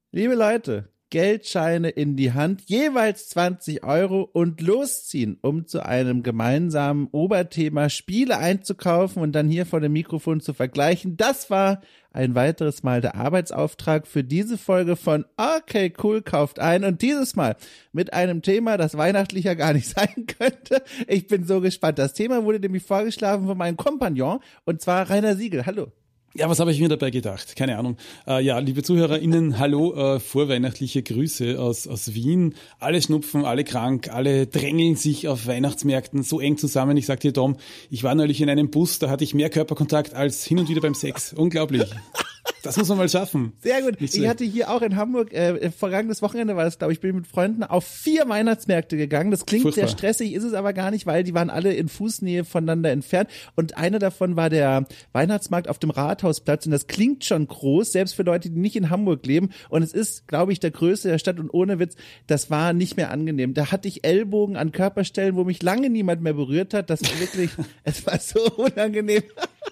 Liebe Leute, Geldscheine in die Hand, jeweils 20 € und losziehen, um zu einem gemeinsamen Oberthema Spiele einzukaufen und dann hier vor dem Mikrofon zu vergleichen. Das war ein weiteres Mal der Arbeitsauftrag für diese Folge von Okay, cool, kauft ein und dieses Mal mit einem Thema, das weihnachtlicher gar nicht sein könnte. Ich bin so gespannt. Das Thema wurde nämlich vorgeschlagen von meinem Kompagnon und zwar Rainer Siegel. Hallo. Ja, was habe ich mir dabei gedacht? Keine Ahnung. Ja, liebe ZuhörerInnen, hallo, vorweihnachtliche Grüße aus Wien. Alle schnupfen, alle krank, alle drängeln sich auf Weihnachtsmärkten so eng zusammen. Ich sag dir, Tom, ich war neulich in einem Bus, da hatte ich mehr Körperkontakt als hin und wieder beim Sex. Unglaublich. Das muss man mal schaffen. Sehr gut. Ich hatte hier auch in Hamburg, vergangenes Wochenende war das, glaube ich, bin mit Freunden auf 4 Weihnachtsmärkte gegangen. Das klingt Furchtbar. sehr stressig, ist es aber gar nicht, weil die waren alle in Fußnähe voneinander entfernt. Und einer davon war der Weihnachtsmarkt auf dem Rathausplatz. Und das klingt schon groß, selbst für Leute, die nicht in Hamburg leben. Und es ist, glaube ich, der größte der Stadt. Und ohne Witz, das war nicht mehr angenehm. Da hatte ich Ellbogen an Körperstellen, wo mich lange niemand mehr berührt hat. Das war wirklich, es war so unangenehm.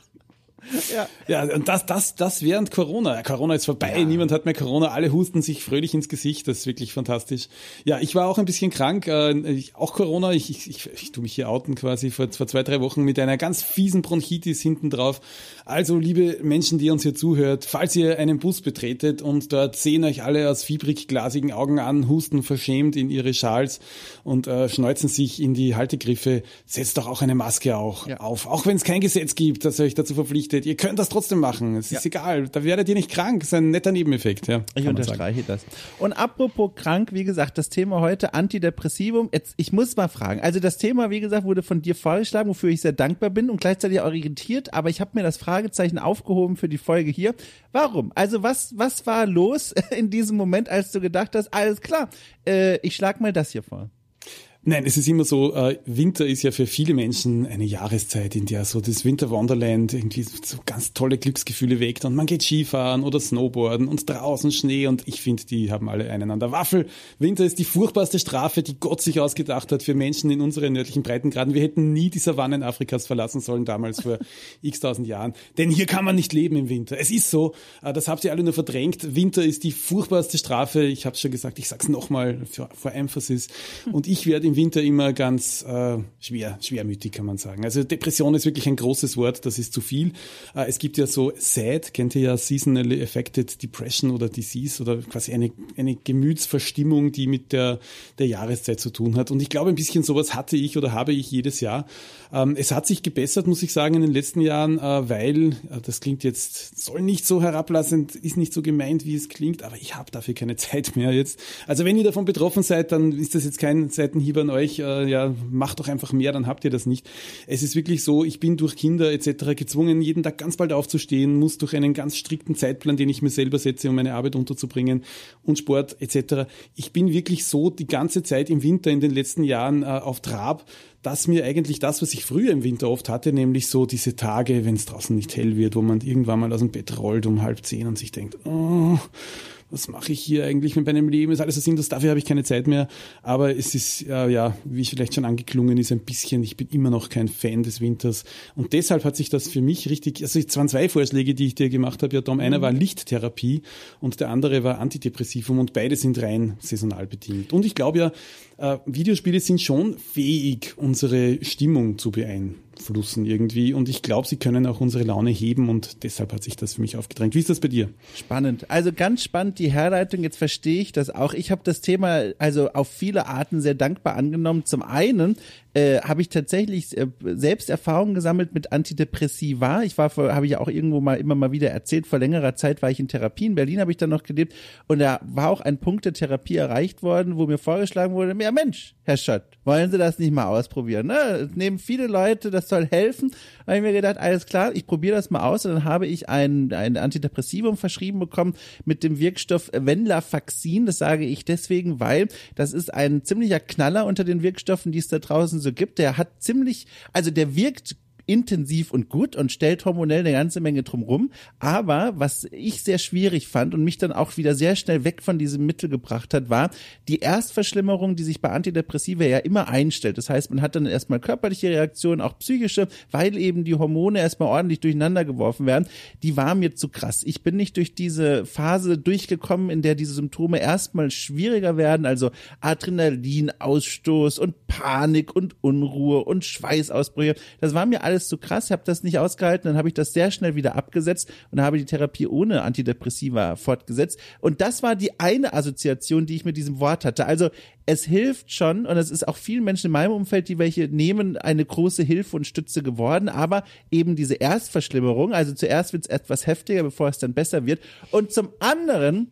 Ja, und das während Corona. Corona ist vorbei, ja. Niemand hat mehr Corona, alle husten sich fröhlich ins Gesicht, das ist wirklich fantastisch. Ja, ich war auch ein bisschen krank, auch Corona, ich tu mich hier outen quasi vor 2-3 Wochen mit einer ganz fiesen Bronchitis hinten drauf. Also, liebe Menschen, die uns hier zuhört, falls ihr einen Bus betretet und dort sehen euch alle aus fiebrig-glasigen Augen an, husten verschämt in ihre Schals und schneuzen sich in die Haltegriffe, setzt doch auch eine Maske auf. Auch wenn es kein Gesetz gibt, das euch dazu verpflichtet. Ihr könnt das trotzdem machen. Es ist egal. Da werdet ihr nicht krank. Das ist ein netter Nebeneffekt. Ja, ich unterstreiche das. Und apropos krank, wie gesagt, das Thema heute Antidepressivum. Jetzt, ich muss mal fragen. Also das Thema, wie gesagt, wurde von dir vorgeschlagen, wofür ich sehr dankbar bin und gleichzeitig auch irritiert. Aber ich habe mir das Fragezeichen aufgehoben für die Folge hier. Warum? Also was war los in diesem Moment, als du gedacht hast, alles klar, ich schlag mal das hier vor? Nein, es ist immer so, Winter ist ja für viele Menschen eine Jahreszeit, in der so das Winter Wonderland irgendwie so ganz tolle Glücksgefühle weckt und man geht Skifahren oder Snowboarden und draußen Schnee und ich finde, die haben alle einen an der Waffel. Winter ist die furchtbarste Strafe, die Gott sich ausgedacht hat für Menschen in unseren nördlichen Breitengraden. Wir hätten nie die Savannen Afrikas verlassen sollen, damals vor x-tausend Jahren, denn hier kann man nicht leben im Winter. Es ist so, das habt ihr alle nur verdrängt. Winter ist die furchtbarste Strafe. Ich habe es schon gesagt, ich sag's nochmal for Emphasis und ich werde im Winter immer ganz schwermütig, kann man sagen. Also Depression ist wirklich ein großes Wort, das ist zu viel. Es gibt ja so SAD, kennt ihr ja, Seasonally Affected Depression oder Disease oder quasi eine Gemütsverstimmung, die mit der Jahreszeit zu tun hat. Und ich glaube, ein bisschen sowas hatte ich oder habe ich jedes Jahr. Es hat sich gebessert, muss ich sagen, in den letzten Jahren, weil, das klingt jetzt, soll nicht so herablassend, ist nicht so gemeint, wie es klingt, aber ich habe dafür keine Zeit mehr jetzt. Also wenn ihr davon betroffen seid, dann ist das jetzt kein Seitenhieb an euch, macht doch einfach mehr, dann habt ihr das nicht. Es ist wirklich so, ich bin durch Kinder etc. gezwungen, jeden Tag ganz bald aufzustehen, muss durch einen ganz strikten Zeitplan, den ich mir selber setze, um meine Arbeit unterzubringen und Sport etc. Ich bin wirklich so die ganze Zeit im Winter in den letzten Jahren auf Trab, dass mir eigentlich das, was ich früher im Winter oft hatte, nämlich so diese Tage, wenn es draußen nicht hell wird, wo man irgendwann mal aus dem Bett rollt um 9:30 und sich denkt, was mache ich hier eigentlich mit meinem Leben? Ist alles so sinnlos, dafür habe ich keine Zeit mehr. Aber es ist, wie vielleicht schon angeklungen ist, ein bisschen, ich bin immer noch kein Fan des Winters. Und deshalb hat sich das für mich richtig, also es waren 2 Vorschläge, die ich dir gemacht habe, ja Tom. Einer war Lichttherapie und der andere war Antidepressivum und beide sind rein saisonal bedingt. Und ich glaube ja, Videospiele sind schon fähig, unsere Stimmung zu beeinflussen irgendwie und ich glaube, sie können auch unsere Laune heben und deshalb hat sich das für mich aufgedrängt. Wie ist das bei dir? Spannend. Also ganz spannend die Herleitung. Jetzt verstehe ich das auch. Ich habe das Thema also auf viele Arten sehr dankbar angenommen. Zum einen habe ich tatsächlich selbst Erfahrungen gesammelt mit Antidepressiva. Habe ich ja auch irgendwo mal immer mal wieder erzählt, vor längerer Zeit war ich in Therapie. In Berlin habe ich dann noch gelebt und da war auch ein Punkt der Therapie erreicht worden, wo mir vorgeschlagen wurde, ja Mensch, Herr Schott, wollen Sie das nicht mal ausprobieren? Ne? Das nehmen viele Leute, das soll helfen. Da habe ich mir gedacht, alles klar, ich probiere das mal aus und dann habe ich ein Antidepressivum verschrieben bekommen mit dem Wirkstoff Venlafaxin. Das sage ich deswegen, weil das ist ein ziemlicher Knaller unter den Wirkstoffen, die es da draußen so gibt. Der hat der wirkt intensiv und gut und stellt hormonell eine ganze Menge drumrum. Aber was ich sehr schwierig fand und mich dann auch wieder sehr schnell weg von diesem Mittel gebracht hat, war die Erstverschlimmerung, die sich bei Antidepressiva ja immer einstellt. Das heißt, man hat dann erstmal körperliche Reaktionen, auch psychische, weil eben die Hormone erstmal ordentlich durcheinander geworfen werden. Die war mir zu krass. Ich bin nicht durch diese Phase durchgekommen, in der diese Symptome erstmal schwieriger werden, also Adrenalinausstoß und Panik und Unruhe und Schweißausbrüche. Das war mir alles zu krass, ich habe das nicht ausgehalten, dann habe ich das sehr schnell wieder abgesetzt und habe die Therapie ohne Antidepressiva fortgesetzt. Und das war die eine Assoziation, die ich mit diesem Wort hatte. Also es hilft schon, und es ist auch vielen Menschen in meinem Umfeld, die welche nehmen, eine große Hilfe und Stütze geworden, aber eben diese Erstverschlimmerung, also zuerst wird es etwas heftiger, bevor es dann besser wird. Und zum anderen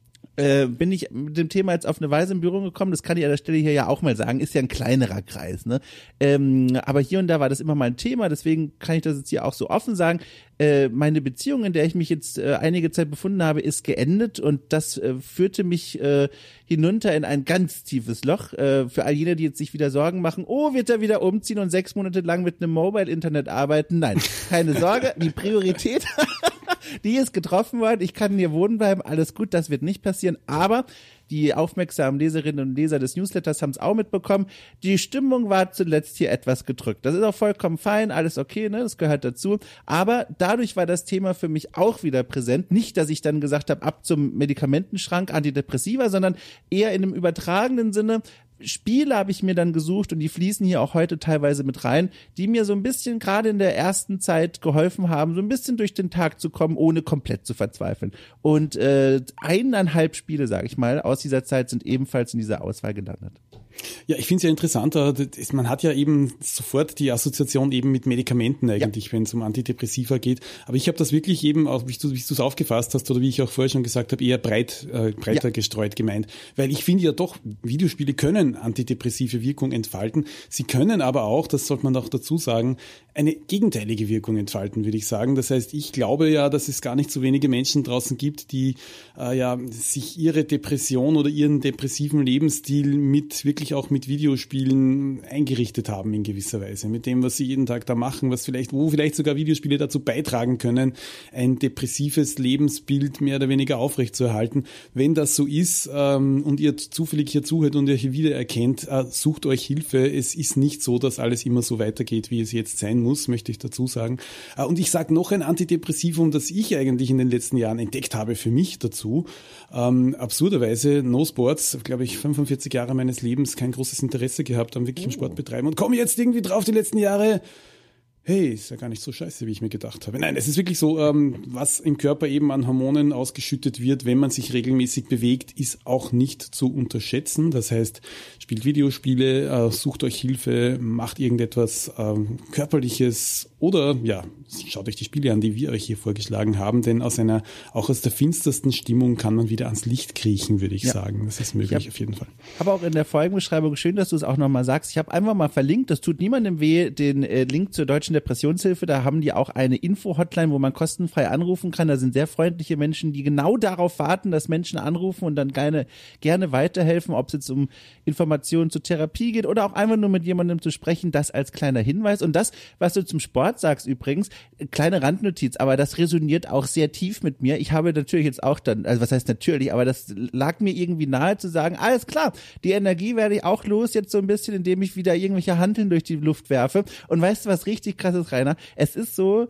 bin ich mit dem Thema jetzt auf eine Weise in Berührung gekommen, das kann ich an der Stelle hier ja auch mal sagen, ist ja ein kleinerer Kreis, ne? Aber hier und da war das immer mal ein Thema, deswegen kann ich das jetzt hier auch so offen sagen. Meine Beziehung, in der ich mich jetzt einige Zeit befunden habe, ist geendet und das führte mich hinunter in ein ganz tiefes Loch. Für all jene, die jetzt sich wieder Sorgen machen, oh, wird er wieder umziehen und 6 Monate lang mit einem Mobile-Internet arbeiten? Nein, keine Sorge, die Priorität die ist getroffen worden, ich kann hier wohnen bleiben, alles gut, das wird nicht passieren, aber die aufmerksamen Leserinnen und Leser des Newsletters haben es auch mitbekommen, die Stimmung war zuletzt hier etwas gedrückt. Das ist auch vollkommen fein, alles okay, ne, das gehört dazu, aber dadurch war das Thema für mich auch wieder präsent, nicht, dass ich dann gesagt habe, ab zum Medikamentenschrank, Antidepressiva, sondern eher in einem übertragenen Sinne, Spiele habe ich mir dann gesucht und die fließen hier auch heute teilweise mit rein, die mir so ein bisschen gerade in der ersten Zeit geholfen haben, so ein bisschen durch den Tag zu kommen, ohne komplett zu verzweifeln. Und 1,5 Spiele, sage ich mal, aus dieser Zeit sind ebenfalls in dieser Auswahl gelandet. Ja, ich finde es ja interessant, man hat ja eben sofort die Assoziation eben mit Medikamenten eigentlich, wenn es um Antidepressiva geht. Aber ich habe das wirklich eben, auch wie du es aufgefasst hast oder wie ich auch vorher schon gesagt habe, eher breiter gestreut gemeint. Weil ich finde ja doch, Videospiele können antidepressive Wirkung entfalten. Sie können aber auch, das sollte man auch dazu sagen, eine gegenteilige Wirkung entfalten, würde ich sagen. Das heißt, ich glaube ja, dass es gar nicht so wenige Menschen draußen gibt, die sich ihre Depression oder ihren depressiven Lebensstil wirklich auch mit Videospielen eingerichtet haben in gewisser Weise. Mit dem, was sie jeden Tag da machen, wo vielleicht sogar Videospiele dazu beitragen können, ein depressives Lebensbild mehr oder weniger aufrechtzuerhalten. Wenn das so ist und ihr zufällig hier zuhört und ihr hier wiedererkennt, sucht euch Hilfe. Es ist nicht so, dass alles immer so weitergeht, wie es jetzt sein muss, möchte ich dazu sagen. Und ich sage noch ein Antidepressivum, das ich eigentlich in den letzten Jahren entdeckt habe für mich dazu. Absurderweise, No Sports, glaube ich, 45 Jahre meines Lebens kein großes Interesse gehabt am wirklichen Sportbetreiben und komme jetzt irgendwie drauf die letzten Jahre, hey, ist ja gar nicht so scheiße, wie ich mir gedacht habe. Nein, es ist wirklich so, was im Körper eben an Hormonen ausgeschüttet wird, wenn man sich regelmäßig bewegt, ist auch nicht zu unterschätzen. Das heißt, spielt Videospiele, sucht euch Hilfe, macht irgendetwas Körperliches oder schaut euch die Spiele an, die wir euch hier vorgeschlagen haben, denn auch aus der finstersten Stimmung kann man wieder ans Licht kriechen, würde ich sagen. Das ist möglich auf jeden Fall. Aber auch in der Folgenbeschreibung, schön, dass du es auch nochmal sagst. Ich habe einfach mal verlinkt, das tut niemandem weh, den Link zur Deutschen Depressionshilfe, da haben die auch eine Info-Hotline, wo man kostenfrei anrufen kann. Da sind sehr freundliche Menschen, die genau darauf warten, dass Menschen anrufen und dann gerne weiterhelfen, ob es jetzt um Informationen zur Therapie geht oder auch einfach nur mit jemandem zu sprechen, das als kleiner Hinweis. Und das, was du zum Sport sagst übrigens, kleine Randnotiz, aber das resoniert auch sehr tief mit mir. Ich habe natürlich jetzt auch dann, also was heißt natürlich, aber das lag mir irgendwie nahe zu sagen, alles klar, die Energie werde ich auch los jetzt so ein bisschen, indem ich wieder irgendwelche Hanteln durch die Luft werfe. Und weißt du, was richtig krass ist, Rainer? Es ist so,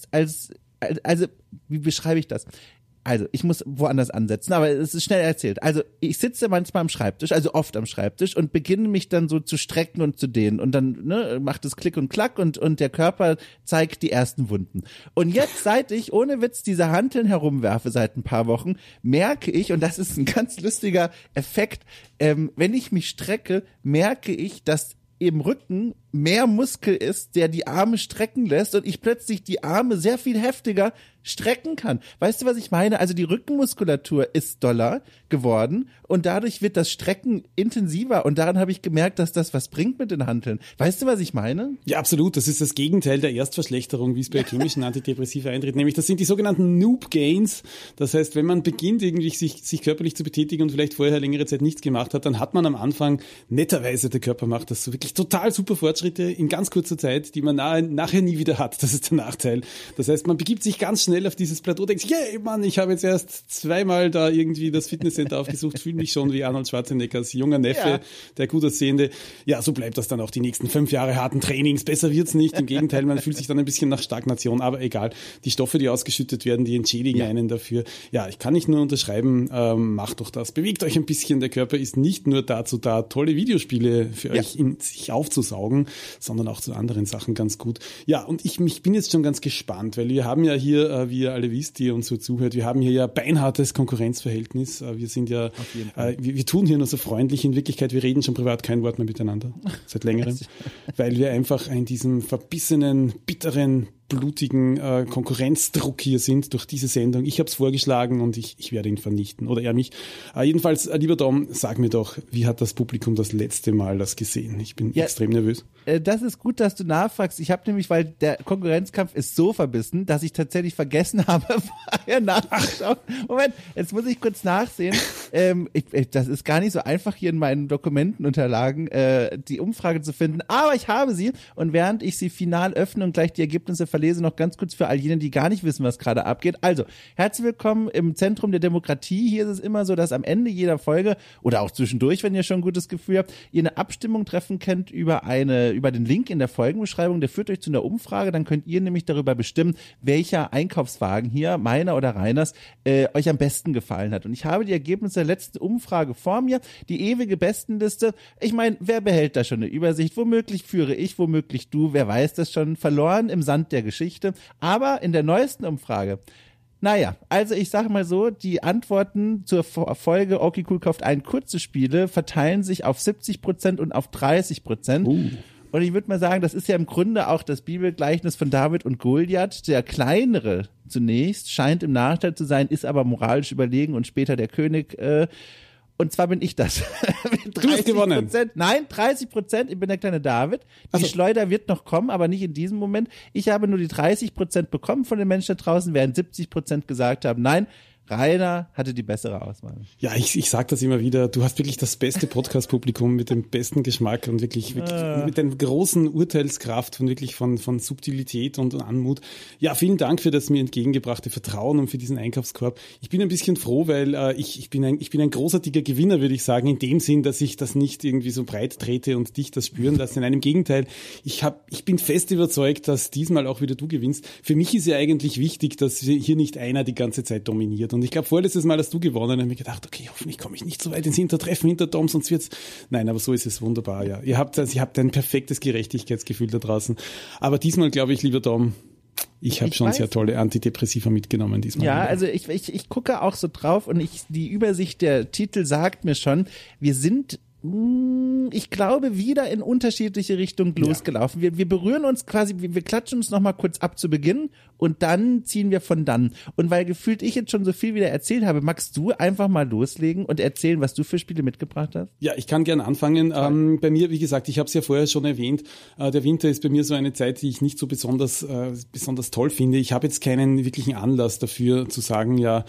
also, wie beschreibe ich das? Also, ich muss woanders ansetzen, aber es ist schnell erzählt. Also, ich sitze manchmal am Schreibtisch, also oft am Schreibtisch und beginne mich dann so zu strecken und zu dehnen und dann macht es Klick und Klack und der Körper zeigt die ersten Wunden. Und jetzt, seit ich ohne Witz diese Hanteln herumwerfe seit ein paar Wochen, merke ich, und das ist ein ganz lustiger Effekt, wenn ich mich strecke, merke ich, dass im Rücken mehr Muskel ist, der die Arme strecken lässt und ich plötzlich die Arme sehr viel heftiger strecken kann. Weißt du, was ich meine? Also die Rückenmuskulatur ist doller geworden und dadurch wird das Strecken intensiver und daran habe ich gemerkt, dass das was bringt mit den Hanteln. Weißt du, was ich meine? Ja, absolut. Das ist das Gegenteil der Erstverschlechterung, wie es bei chemischen Antidepressiva eintritt. Nämlich das sind die sogenannten Noob Gains. Das heißt, wenn man beginnt, irgendwie sich körperlich zu betätigen und vielleicht vorher längere Zeit nichts gemacht hat, dann hat man am Anfang netterweise, der Körper macht das so wirklich total super Fortschritte in ganz kurzer Zeit, die man nachher nie wieder hat. Das ist der Nachteil. Das heißt, man begibt sich ganz schnell auf dieses Plateau, denkt sich, yay, Mann, ich habe jetzt erst 2-mal da irgendwie das Fitnesscenter aufgesucht, fühle mich schon wie Arnold Schwarzeneggers junger Neffe, der gut aussehende. Ja, so bleibt das dann auch die nächsten 5 Jahre harten Trainings. Besser wird's nicht. Im Gegenteil, man fühlt sich dann ein bisschen nach Stagnation, aber egal. Die Stoffe, die ausgeschüttet werden, die entschädigen einen dafür. Ja, ich kann nicht nur unterschreiben, macht doch das. Bewegt euch ein bisschen. Der Körper ist nicht nur dazu da, tolle Videospiele für euch in sich aufzusaugen, sondern auch zu anderen Sachen ganz gut. Ja, und ich bin jetzt schon ganz gespannt, weil wir haben ja hier, wie ihr alle wisst, die uns so zuhört, wir haben hier ja beinhartes Konkurrenzverhältnis. Wir sind ja, wir tun hier nur so freundlich. In Wirklichkeit, wir reden schon privat kein Wort mehr miteinander. Seit längerem. Weil wir einfach in diesem verbissenen, bitteren, blutigen Konkurrenzdruck hier sind durch diese Sendung. Ich habe es vorgeschlagen und ich werde ihn vernichten. Oder er mich. Jedenfalls, lieber Dom, sag mir doch, wie hat das Publikum das letzte Mal das gesehen? Ich bin extrem nervös. Das ist gut, dass du nachfragst. Ich habe nämlich, weil der Konkurrenzkampf ist so verbissen, dass ich tatsächlich vergessen habe, vorher nachzuschauen. Moment, jetzt muss ich kurz nachsehen. Das ist gar nicht so einfach, hier in meinen Dokumentenunterlagen die Umfrage zu finden. Aber ich habe sie und während ich sie final öffne und gleich die Ergebnisse verlese, noch ganz kurz für all jene, die gar nicht wissen, was gerade abgeht. Also, herzlich willkommen im Zentrum der Demokratie. Hier ist es immer so, dass am Ende jeder Folge oder auch zwischendurch, wenn ihr schon ein gutes Gefühl habt, ihr eine Abstimmung treffen könnt über den Link in der Folgenbeschreibung. Der führt euch zu einer Umfrage. Dann könnt ihr nämlich darüber bestimmen, welcher Einkaufswagen hier, meiner oder Reiners, euch am besten gefallen hat. Und ich habe die Ergebnisse der letzten Umfrage vor mir. Die ewige Bestenliste. Ich meine, wer behält da schon eine Übersicht? Womöglich führe ich, womöglich du. Wer weiß das schon? Verloren im Sand der Geschichte. Aber in der neuesten Umfrage, naja, also ich sage mal so, die Antworten zur Folge Okay Cool kauft ein kurze Spiele verteilen sich auf 70% und auf 30%. Und ich würde mal sagen, das ist ja im Grunde auch das Bibelgleichnis von David und Goliath. Der kleinere zunächst scheint im Nachteil zu sein, ist aber moralisch überlegen und später der König. Und zwar bin ich das. Du hast gewonnen. Nein, 30%, ich bin der kleine David. Die Schleuder wird noch kommen, aber nicht in diesem Moment. Ich habe nur die 30% bekommen von den Menschen da draußen, während 70% gesagt haben, nein, Rainer hatte die bessere Auswahl. Ja, ich sag das immer wieder. Du hast wirklich das beste Podcast-Publikum mit dem besten Geschmack und wirklich mit der großen Urteilskraft von Subtilität und Anmut. Ja, vielen Dank für das mir entgegengebrachte Vertrauen und für diesen Einkaufskorb. Ich bin ein bisschen froh, weil ich bin ein großartiger Gewinner, würde ich sagen, in dem Sinn, dass ich das nicht irgendwie so breit trete und dich das spüren lasse. Nein, im Gegenteil. Ich bin fest überzeugt, dass diesmal auch wieder du gewinnst. Für mich ist ja eigentlich wichtig, dass hier nicht einer die ganze Zeit dominiert. Und ich glaube, vorletztes Mal hast du gewonnen, habe ich mir gedacht, okay, hoffentlich komme ich nicht so weit ins Hintertreffen hinter Tom, sonst wird's. Nein, aber so ist es wunderbar, ja. Ihr habt ein perfektes Gerechtigkeitsgefühl da draußen. Aber diesmal, glaube ich, lieber Tom, ich habe schon sehr tolle Antidepressiva mitgenommen diesmal. Ja, also ich gucke auch so drauf und die Übersicht der Titel sagt mir schon, wir sind ich glaube, wieder in unterschiedliche Richtungen losgelaufen. Wir berühren uns quasi, wir klatschen uns nochmal kurz ab zu Beginn und dann ziehen wir von dann. Und weil gefühlt ich jetzt schon so viel wieder erzählt habe, magst du einfach mal loslegen und erzählen, was du für Spiele mitgebracht hast? Ja, ich kann gerne anfangen. Bei mir, wie gesagt, ich habe es ja vorher schon erwähnt, der Winter ist bei mir so eine Zeit, die ich nicht so besonders toll finde. Ich habe jetzt keinen wirklichen Anlass dafür zu sagen, ja,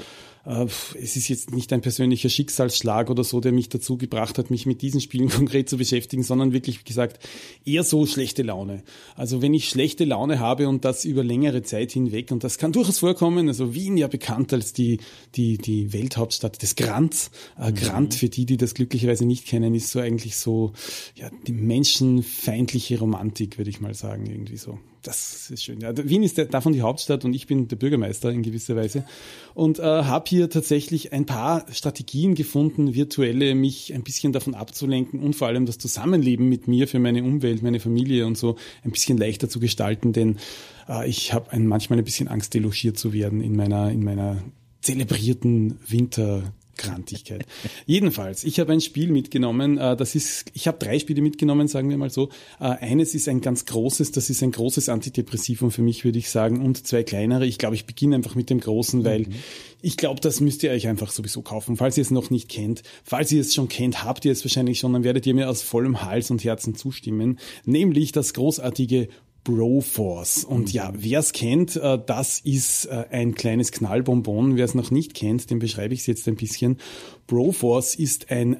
es ist jetzt nicht ein persönlicher Schicksalsschlag oder so, der mich dazu gebracht hat, mich mit diesen Spielen konkret zu beschäftigen, sondern wirklich, wie gesagt, eher so schlechte Laune. Also wenn ich schlechte Laune habe und das über längere Zeit hinweg, und das kann durchaus vorkommen, also Wien ja bekannt als die Welthauptstadt des Grants. Grant, für die das glücklicherweise nicht kennen, ist so eigentlich so, ja, die menschenfeindliche Romantik, würde ich mal sagen, irgendwie so. Das ist schön. Ja, Wien ist davon die Hauptstadt und ich bin der Bürgermeister in gewisser Weise und habe hier tatsächlich ein paar Strategien gefunden, virtuelle, mich ein bisschen davon abzulenken und vor allem das Zusammenleben mit mir für meine Umwelt, meine Familie und so ein bisschen leichter zu gestalten, denn ich habe manchmal ein bisschen Angst, delogiert zu werden in meiner zelebrierten Grantigkeit. Jedenfalls, ich habe ein Spiel mitgenommen, ich habe 3 Spiele mitgenommen, sagen wir mal so. Eines ist ein ganz großes, das ist ein großes Antidepressivum für mich, würde ich sagen, und 2 kleinere. Ich glaube, ich beginne einfach mit dem großen, weil ich glaube, das müsst ihr euch einfach sowieso kaufen, falls ihr es noch nicht kennt. Falls ihr es schon kennt, habt ihr es wahrscheinlich schon, dann werdet ihr mir aus vollem Hals und Herzen zustimmen, nämlich das großartige Broforce. Und ja, wer es kennt, das ist ein kleines Knallbonbon. Wer es noch nicht kennt, dem beschreibe ich es jetzt ein bisschen. Broforce ist ein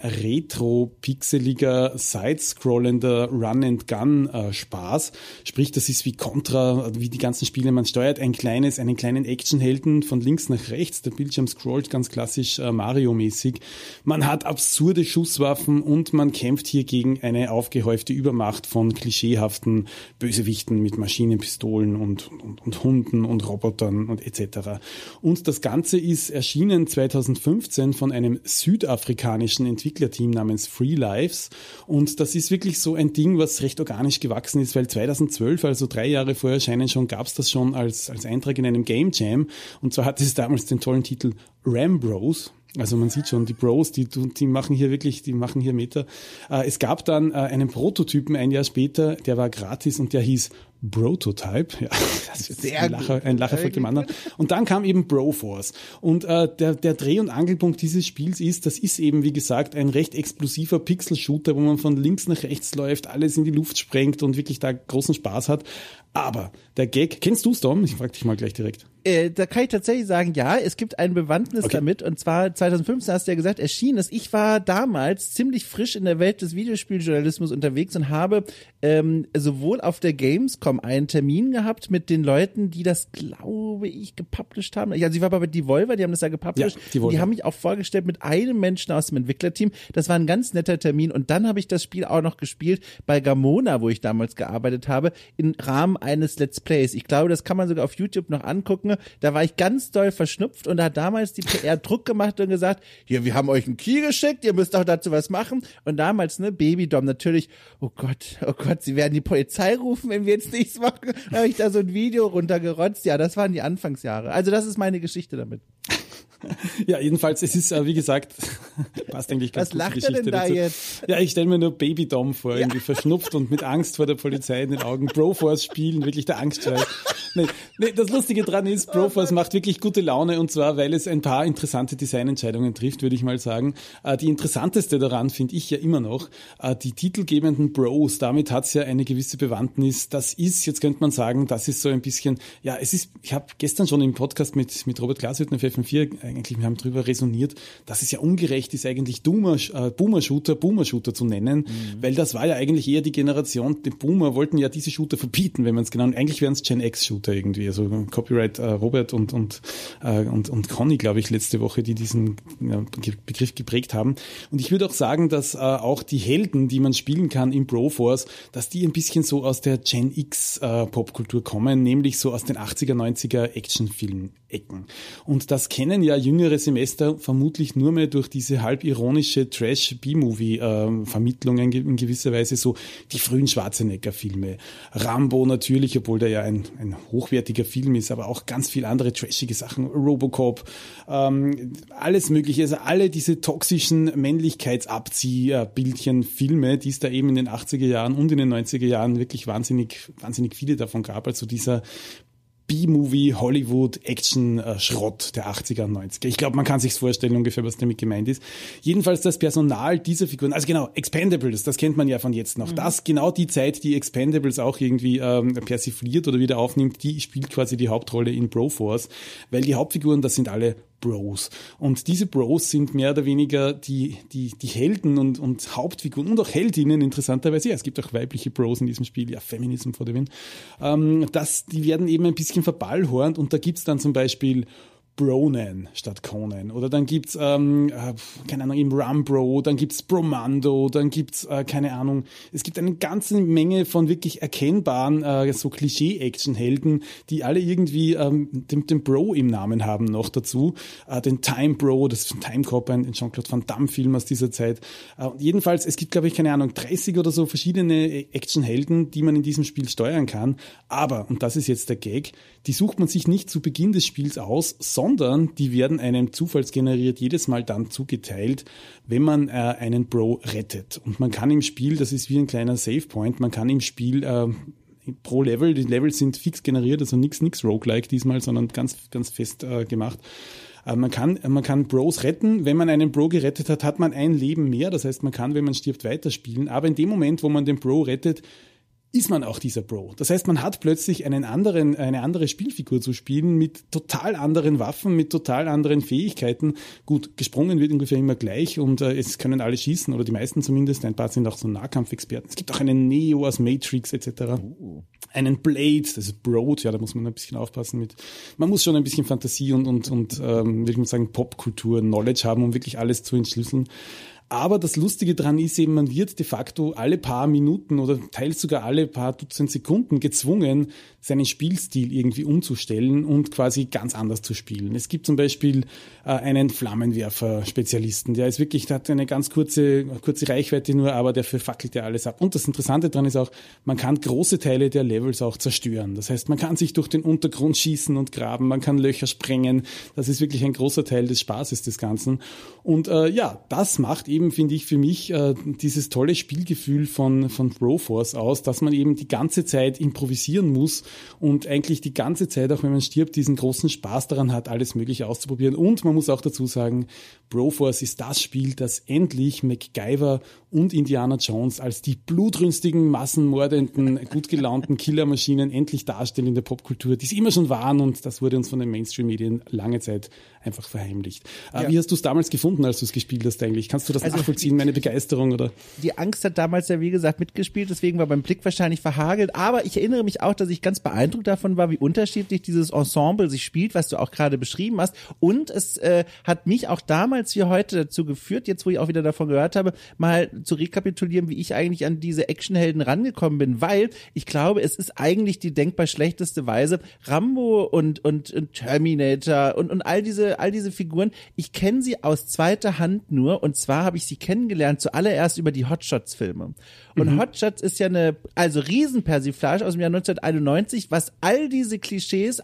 retro-pixeliger, side-scrollender Run-and-Gun-Spaß. Sprich, das ist wie Contra, wie die ganzen Spiele. Man steuert einen kleinen Actionhelden von links nach rechts. Der Bildschirm scrollt ganz klassisch Mario-mäßig. Man hat absurde Schusswaffen und man kämpft hier gegen eine aufgehäufte Übermacht von klischeehaften Bösewichten mit Maschinenpistolen und Hunden und Robotern und etc. Und das Ganze ist erschienen 2015 von einem südafrikanischen Entwicklerteam namens Free Lives, und das ist wirklich so ein Ding, was recht organisch gewachsen ist, weil 2012, also 3 Jahre vor Erscheinen schon, gab es das schon als Eintrag in einem Game Jam, und zwar hatte es damals den tollen Titel Ram Bros. Also man sieht schon, die Bros, die machen hier wirklich, die machen hier Meter. Es gab dann einen Prototypen ein Jahr später, der war gratis und der hieß Brototype. Ja, das ist ein Lacher vor dem anderen. Und dann kam eben Broforce. Und der Dreh- und Angelpunkt dieses Spiels ist, das ist eben, wie gesagt, ein recht explosiver Pixel-Shooter, wo man von links nach rechts läuft, alles in die Luft sprengt und wirklich da großen Spaß hat. Aber der Gag, kennst du's, Dom? Ich frag dich mal gleich direkt. Da kann ich tatsächlich sagen, ja, es gibt ein Bewandtnis damit, und zwar 2015 hast du ja gesagt, erschienen ist. Ich war damals ziemlich frisch in der Welt des Videospieljournalismus unterwegs und habe sowohl auf der Gamescom einen Termin gehabt mit den Leuten, die das, glaube ich, gepublished haben. Also ich war bei Devolver, die haben das ja gepublished. Ja, die haben mich auch vorgestellt mit einem Menschen aus dem Entwicklerteam. Das war ein ganz netter Termin, und dann habe ich das Spiel auch noch gespielt bei Gamona, wo ich damals gearbeitet habe, im Rahmen eines Let's Plays. Ich glaube, das kann man sogar auf YouTube noch angucken. Da war ich ganz doll verschnupft, und da hat damals die PR Druck gemacht und gesagt, hier, wir haben euch einen Key geschickt, ihr müsst auch dazu was machen. Und damals, Babydom natürlich, oh Gott, sie werden die Polizei rufen, wenn wir jetzt nichts machen. Da habe ich da so ein Video runtergerotzt. Ja, das waren die Anfangsjahre. Also das ist meine Geschichte damit. Ja, jedenfalls, es ist, wie gesagt, passt eigentlich ganz gut. Was lacht er denn da jetzt? Ja, ich stelle mir nur Babydom vor, irgendwie verschnupft und mit Angst vor der Polizei in den Augen. Broforce spielen, wirklich der Angstschrei. Nee, das Lustige dran ist, Broforce macht wirklich gute Laune, und zwar, weil es ein paar interessante Designentscheidungen trifft, würde ich mal sagen. Die interessanteste daran finde ich ja immer noch, die titelgebenden Bros, damit hat es ja eine gewisse Bewandtnis. Das ist, jetzt könnte man sagen, das ist so ein bisschen, ja, es ist, ich habe gestern schon im Podcast mit Robert Glashütten auf FM4 eigentlich, wir haben drüber resoniert, dass es ja ungerecht ist, eigentlich Boomer-Shooter zu nennen, weil das war ja eigentlich eher die Generation, die Boomer wollten ja diese Shooter verbieten, wenn man es genau, eigentlich wären es Gen X-Shooter irgendwie, also Copyright Robert und Conny, glaube ich, letzte Woche, die diesen Begriff geprägt haben. Und ich würde auch sagen, dass auch die Helden, die man spielen kann im Broforce, dass die ein bisschen so aus der Gen X Popkultur kommen, nämlich so aus den 80er, 90er Actionfilm-Ecken. Und das kennen ja jüngere Semester vermutlich nur mehr durch diese halb ironische Trash-B-Movie-Vermittlungen in gewisser Weise, so die frühen Schwarzenegger-Filme. Rambo natürlich, obwohl der ja ein hochwertiger Film ist, aber auch ganz viel andere trashige Sachen, Robocop, alles mögliche, also alle diese toxischen Männlichkeitsabziehbildchen, Filme, die es da eben in den 80er Jahren und in den 90er Jahren wirklich wahnsinnig viele davon gab, also dieser B-Movie, Hollywood, Action-Schrott der 80er und 90er. Ich glaube, man kann sich's vorstellen ungefähr, was damit gemeint ist. Jedenfalls das Personal dieser Figuren, also genau, Expendables, das kennt man ja von jetzt noch. Das, genau die Zeit, die Expendables auch irgendwie persifliert oder wieder aufnimmt, die spielt quasi die Hauptrolle in Broforce, weil die Hauptfiguren, das sind alle Bros. Und diese Bros sind mehr oder weniger die Helden und Hauptfiguren und auch Heldinnen, interessanterweise. Ja, es gibt auch weibliche Bros in diesem Spiel, ja, Feminism vor dem Hin. Die werden eben ein bisschen verballhornt, und da gibt's dann zum Beispiel Bronan statt Conan. Oder dann gibt's, keine Ahnung, im Rumbro, dann gibt's Bromando, dann gibt's, keine Ahnung, es gibt eine ganze Menge von wirklich erkennbaren, so Klischee-Action-Helden, die alle irgendwie den Bro im Namen haben noch dazu. Den Time Bro, das ist ein Time Cop, ein Jean-Claude Van Damme-Film aus dieser Zeit. Jedenfalls, es gibt, glaube ich, keine Ahnung, 30 oder so verschiedene Action-Helden, die man in diesem Spiel steuern kann. Aber, und das ist jetzt der Gag, die sucht man sich nicht zu Beginn des Spiels aus, sondern sondern die werden einem zufallsgeneriert jedes Mal dann zugeteilt, wenn man einen Bro rettet. Und man kann im Spiel, das ist wie ein kleiner Savepoint, man kann im Spiel pro Level, die Level sind fix generiert, also nix Roguelike diesmal, sondern ganz fest gemacht. Man kann Bros retten. Wenn man einen Bro gerettet hat, hat man ein Leben mehr. Das heißt, man kann, wenn man stirbt, weiterspielen. Aber in dem Moment, wo man den Bro rettet, ist man auch dieser Bro. Das heißt, man hat plötzlich eine andere Spielfigur zu spielen mit total anderen Waffen, mit total anderen Fähigkeiten. Gut, gesprungen wird ungefähr immer gleich und es können alle schießen oder die meisten zumindest. Ein paar sind auch so Nahkampfexperten. Es gibt auch einen Neo aus Matrix etc. Einen Blade, das ist Broad, ja, da muss man ein bisschen aufpassen mit. Man muss schon ein bisschen Fantasie und würde ich mal sagen, Popkultur, Knowledge haben, um wirklich alles zu entschlüsseln. Aber das Lustige dran ist eben, man wird de facto alle paar Minuten oder teils sogar alle paar Dutzend Sekunden gezwungen, seinen Spielstil irgendwie umzustellen und quasi ganz anders zu spielen. Es gibt zum Beispiel einen Flammenwerfer-Spezialisten, der hat eine ganz kurze Reichweite nur, aber dafür fackelt ja alles ab. Und das Interessante dran ist auch, man kann große Teile der Levels auch zerstören. Das heißt, man kann sich durch den Untergrund schießen und graben, man kann Löcher sprengen. Das ist wirklich ein großer Teil des Spaßes des Ganzen. Und das macht eben, finde ich, für mich dieses tolle Spielgefühl von Broforce aus, dass man eben die ganze Zeit improvisieren muss und eigentlich die ganze Zeit, auch wenn man stirbt, diesen großen Spaß daran hat, alles Mögliche auszuprobieren. Und man muss auch dazu sagen, Broforce ist das Spiel, das endlich MacGyver und Indiana Jones als die blutrünstigen, massenmordenden, gut gelaunten Killermaschinen endlich darstellen in der Popkultur, die sie immer schon waren, und das wurde uns von den Mainstream-Medien lange Zeit einfach verheimlicht. Ja. Wie hast du es damals gefunden, als du es gespielt hast eigentlich? Kannst du das nachvollziehen, meine Begeisterung? Oder? Die Angst hat damals ja, wie gesagt, mitgespielt, deswegen war beim Blick wahrscheinlich verhagelt, aber ich erinnere mich auch, dass ich ganz beeindruckt davon war, wie unterschiedlich dieses Ensemble sich spielt, was du auch gerade beschrieben hast, und es hat mich auch damals wie heute dazu geführt, jetzt wo ich auch wieder davon gehört habe, mal zu rekapitulieren, wie ich eigentlich an diese Actionhelden rangekommen bin, weil ich glaube, es ist eigentlich die denkbar schlechteste Weise. Rambo und Terminator und all diese Figuren, ich kenne sie aus zweiter Hand nur, und zwar habe ich sie kennengelernt zuallererst über die Hotshots-Filme. Und Hotshots ist ja eine Riesenpersiflage aus dem Jahr 1991, was all diese Klischees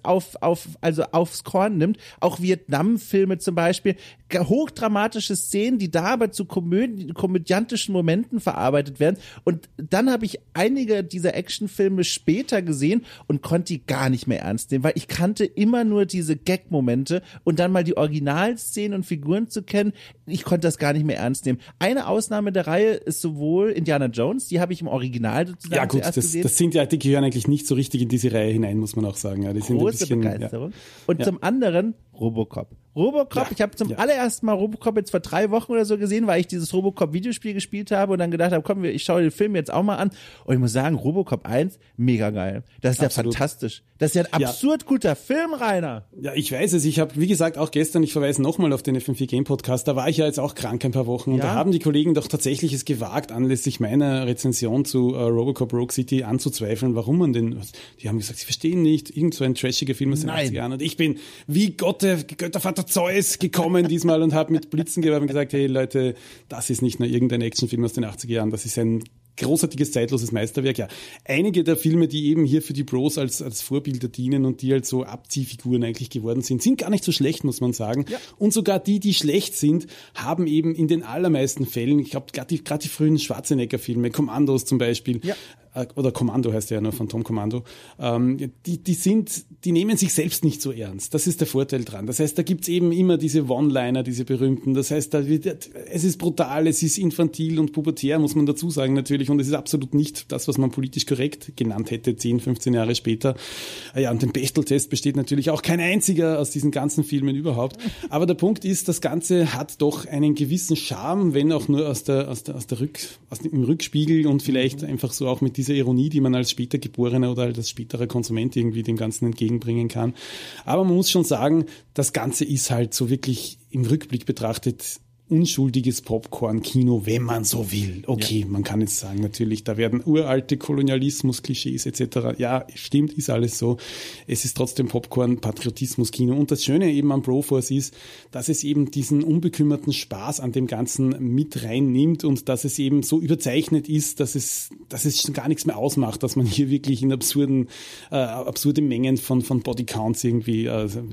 aufs Korn nimmt, auch Vietnam-Filme zum Beispiel, hochdramatische Szenen, die da aber zu komödiantischen Momenten verarbeitet werden. Und dann habe ich einige dieser Actionfilme später gesehen und konnte die gar nicht mehr ernst nehmen, weil ich kannte immer nur diese Gag-Momente, und dann mal die Originalszenen und Figuren zu kennen, ich konnte das gar nicht mehr ernst nehmen. Eine Ausnahme der Reihe ist sowohl Indiana Jones, die habe ich im Original sozusagen ja, gut, zuerst gesehen. Das sind ja, die gehören eigentlich nicht so richtig in diese Reihe hinein, muss man auch sagen. Ja, die sind große ein bisschen, Begeisterung. Ja. Und zum anderen Robocop. Ich habe zum allerersten Mal Robocop jetzt vor 3 Wochen oder so gesehen, weil ich dieses Robocop-Videospiel gespielt habe und dann gedacht habe, komm, ich schaue den Film jetzt auch mal an. Und ich muss sagen, Robocop 1, mega geil. Das ist absolut. Ja fantastisch. Das ist ja ein absurd guter Film, Rainer. Ja, ich weiß es. Ich habe, wie gesagt, auch gestern, ich verweise nochmal auf den FM4 Game Podcast, da war ich ja jetzt auch krank ein paar Wochen, und da haben die Kollegen doch tatsächlich es gewagt, anlässlich meiner Rezension zu Robocop Rogue City anzuzweifeln, warum man den, die haben gesagt, sie verstehen nicht, irgend so ein trashiger Film aus den 80er Jahren, und ich bin wie Göttervater Zeus gekommen diesmal und habe mit Blitzen geworfen und gesagt, hey Leute, das ist nicht nur irgendein Actionfilm aus den 80er Jahren, das ist ein großartiges, zeitloses Meisterwerk. Ja, einige der Filme, die eben hier für die Bros als Vorbilder dienen und die als so Abziehfiguren eigentlich geworden sind gar nicht so schlecht, muss man sagen. Ja. Und sogar die schlecht sind, haben eben in den allermeisten Fällen, ich glaube, gerade die frühen Schwarzenegger-Filme, Kommandos zum Beispiel, oder Kommando heißt ja nur, Phantom-Kommando, die nehmen sich selbst nicht so ernst. Das ist der Vorteil dran. Das heißt, da gibt's eben immer diese One-Liner, diese berühmten. Das heißt, es ist brutal, es ist infantil und pubertär, muss man dazu sagen natürlich. Und es ist absolut nicht das, was man politisch korrekt genannt hätte, 10, 15 Jahre später. Ja, und den Bechtel-Test besteht natürlich auch kein einziger aus diesen ganzen Filmen überhaupt. Aber der Punkt ist, das Ganze hat doch einen gewissen Charme, wenn auch nur im Rückspiegel und vielleicht einfach so auch mit dieser Ironie, die man als später Geborener oder als späterer Konsument irgendwie dem Ganzen entgegenbringen kann. Aber man muss schon sagen, das Ganze ist halt so wirklich im Rückblick betrachtet unschuldiges Popcorn-Kino, wenn man so will. Okay, man kann jetzt sagen, natürlich, da werden uralte Kolonialismus-Klischees etc. Ja, stimmt, ist alles so. Es ist trotzdem Popcorn-Patriotismus-Kino. Und das Schöne eben am Broforce ist, dass es eben diesen unbekümmerten Spaß an dem Ganzen mit reinnimmt und dass es eben so überzeichnet ist, dass es schon gar nichts mehr ausmacht, dass man hier wirklich in absurde Mengen von Bodycounts irgendwie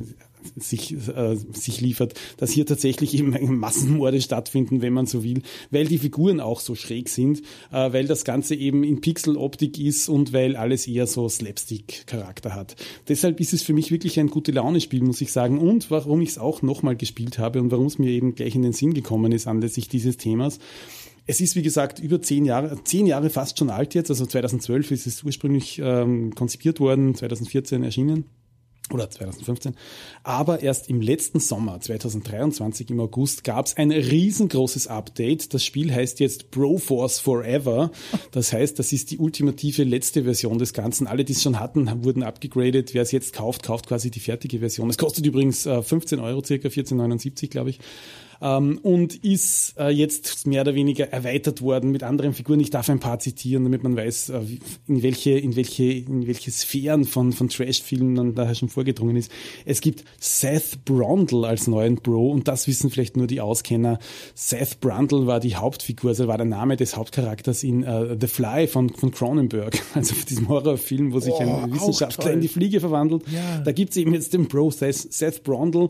sich liefert, dass hier tatsächlich eben Massenmorde stattfinden, wenn man so will, weil die Figuren auch so schräg sind, weil das Ganze eben in Pixeloptik ist und weil alles eher so Slapstick-Charakter hat. Deshalb ist es für mich wirklich ein Gute-Laune-Spiel, muss ich sagen. Und warum ich es auch nochmal gespielt habe und warum es mir eben gleich in den Sinn gekommen ist anlässlich dieses Themas. Es ist, wie gesagt, über 10 Jahre fast schon alt jetzt. Also 2012 ist es ursprünglich konzipiert worden, 2014 erschienen. Oder 2015. Aber erst im letzten Sommer, 2023 im August, gab es ein riesengroßes Update. Das Spiel heißt jetzt Broforce Forever. Das heißt, das ist die ultimative letzte Version des Ganzen. Alle, die es schon hatten, wurden abgegradet. Wer es jetzt kauft, kauft quasi die fertige Version. Es kostet übrigens 15 Euro, circa 14,79, glaube ich. Und ist jetzt mehr oder weniger erweitert worden mit anderen Figuren. Ich darf ein paar zitieren, damit man weiß, in welche Sphären von Trash-Filmen man daher schon vorgedrungen ist. Es gibt Seth Brundle als neuen Bro und das wissen vielleicht nur die Auskenner. Seth Brundle war die Hauptfigur, also war der Name des Hauptcharakters in The Fly von Cronenberg, also von diesem Horrorfilm, wo sich ein Wissenschaftler in die Fliege verwandelt. Ja. Da gibt's eben jetzt den Bro Seth Brundle,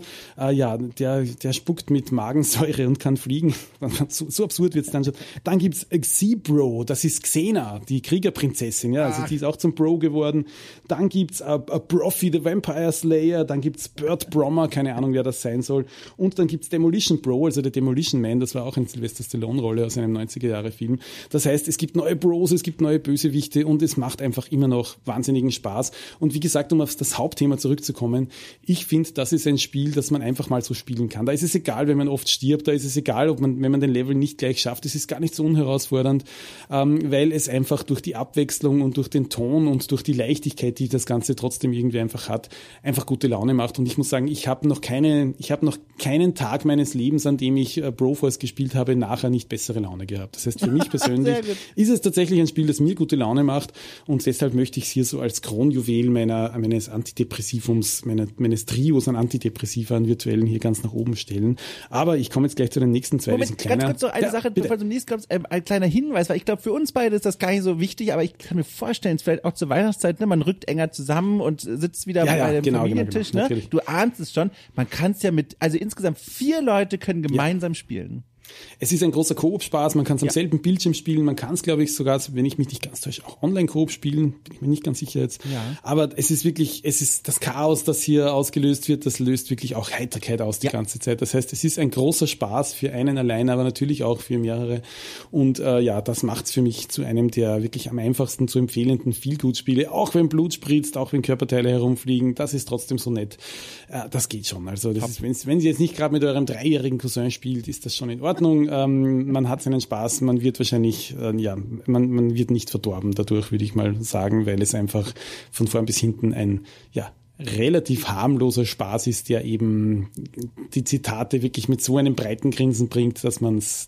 der spuckt mit Magensäure und kann fliegen. So absurd wird's dann schon. Dann gibt's Xebro, das ist Xena, die Kriegerprinzessin, ja, also die ist auch zum Bro geworden. Dann gibt's Brophy, the Vampire Slayer, dann gibt's Burt Brommer, keine Ahnung, wer das sein soll. Und dann gibt's Demolition Bro, also der Demolition Man, das war auch eine Sylvester Stallone-Rolle aus einem 90er-Jahre-Film. Das heißt, es gibt neue Bros, es gibt neue Bösewichte und es macht einfach immer noch wahnsinnigen Spaß. Und wie gesagt, um auf das Hauptthema zurückzukommen, ich finde, das ist ein Spiel, das man einfach mal so spielen kann. Da ist es egal, wenn man oft stirbt, da ist es egal, wenn man den Level nicht gleich schafft, es ist gar nicht so unherausfordernd, weil es einfach durch die Abwechslung und durch den Ton und durch die Leichtigkeit, die das Ganze trotzdem irgendwie einfach hat, einfach gute Laune macht. Und ich muss sagen, ich habe noch keinen Tag meines Lebens, an dem ich Broforce gespielt habe, nachher nicht bessere Laune gehabt. Das heißt, für mich persönlich ist es tatsächlich ein Spiel, das mir gute Laune macht und deshalb möchte ich es hier so als Kronjuwel meines Antidepressivums, meines Trios an Antidepressiva, an virtuellen hier ganz nach oben stellen. Aber ich komme jetzt gleich zu den nächsten zwei. Moment, ganz kurz noch eine Sache, bevor du zum nächsten kommst, ein kleiner Hinweis, weil ich glaube, für uns beide ist das gar nicht so wichtig, aber ich kann mir vorstellen, vielleicht auch zur Weihnachtszeit, ne, man rückt enger zusammen und sitzt wieder bei dem Familientisch, genau, ne? Du ahnst es schon, man kann es ja also insgesamt 4 Leute können gemeinsam spielen. Es ist ein großer Koop-Spaß, man kann es am selben Bildschirm spielen, man kann es, glaube ich, sogar, wenn ich mich nicht ganz täusche, auch Online-Koop spielen, bin ich mir nicht ganz sicher jetzt. Ja. Aber es ist das Chaos, das hier ausgelöst wird, das löst wirklich auch Heiterkeit aus die ganze Zeit. Das heißt, es ist ein großer Spaß für einen alleine, aber natürlich auch für mehrere. Und das macht es für mich zu einem der wirklich am einfachsten zu empfehlenden Feel-Good-Spiele, auch wenn Blut spritzt, auch wenn Körperteile herumfliegen, das ist trotzdem so nett. Das geht schon. Also das ist, wenn Sie jetzt nicht gerade mit eurem 3-jährigen Cousin spielt, ist das schon in Ordnung. Man hat seinen Spaß, man wird wahrscheinlich, man wird nicht verdorben dadurch, würde ich mal sagen, weil es einfach von vorn bis hinten ein, relativ harmloser Spaß ist, der eben die Zitate wirklich mit so einem breiten Grinsen bringt, dass man's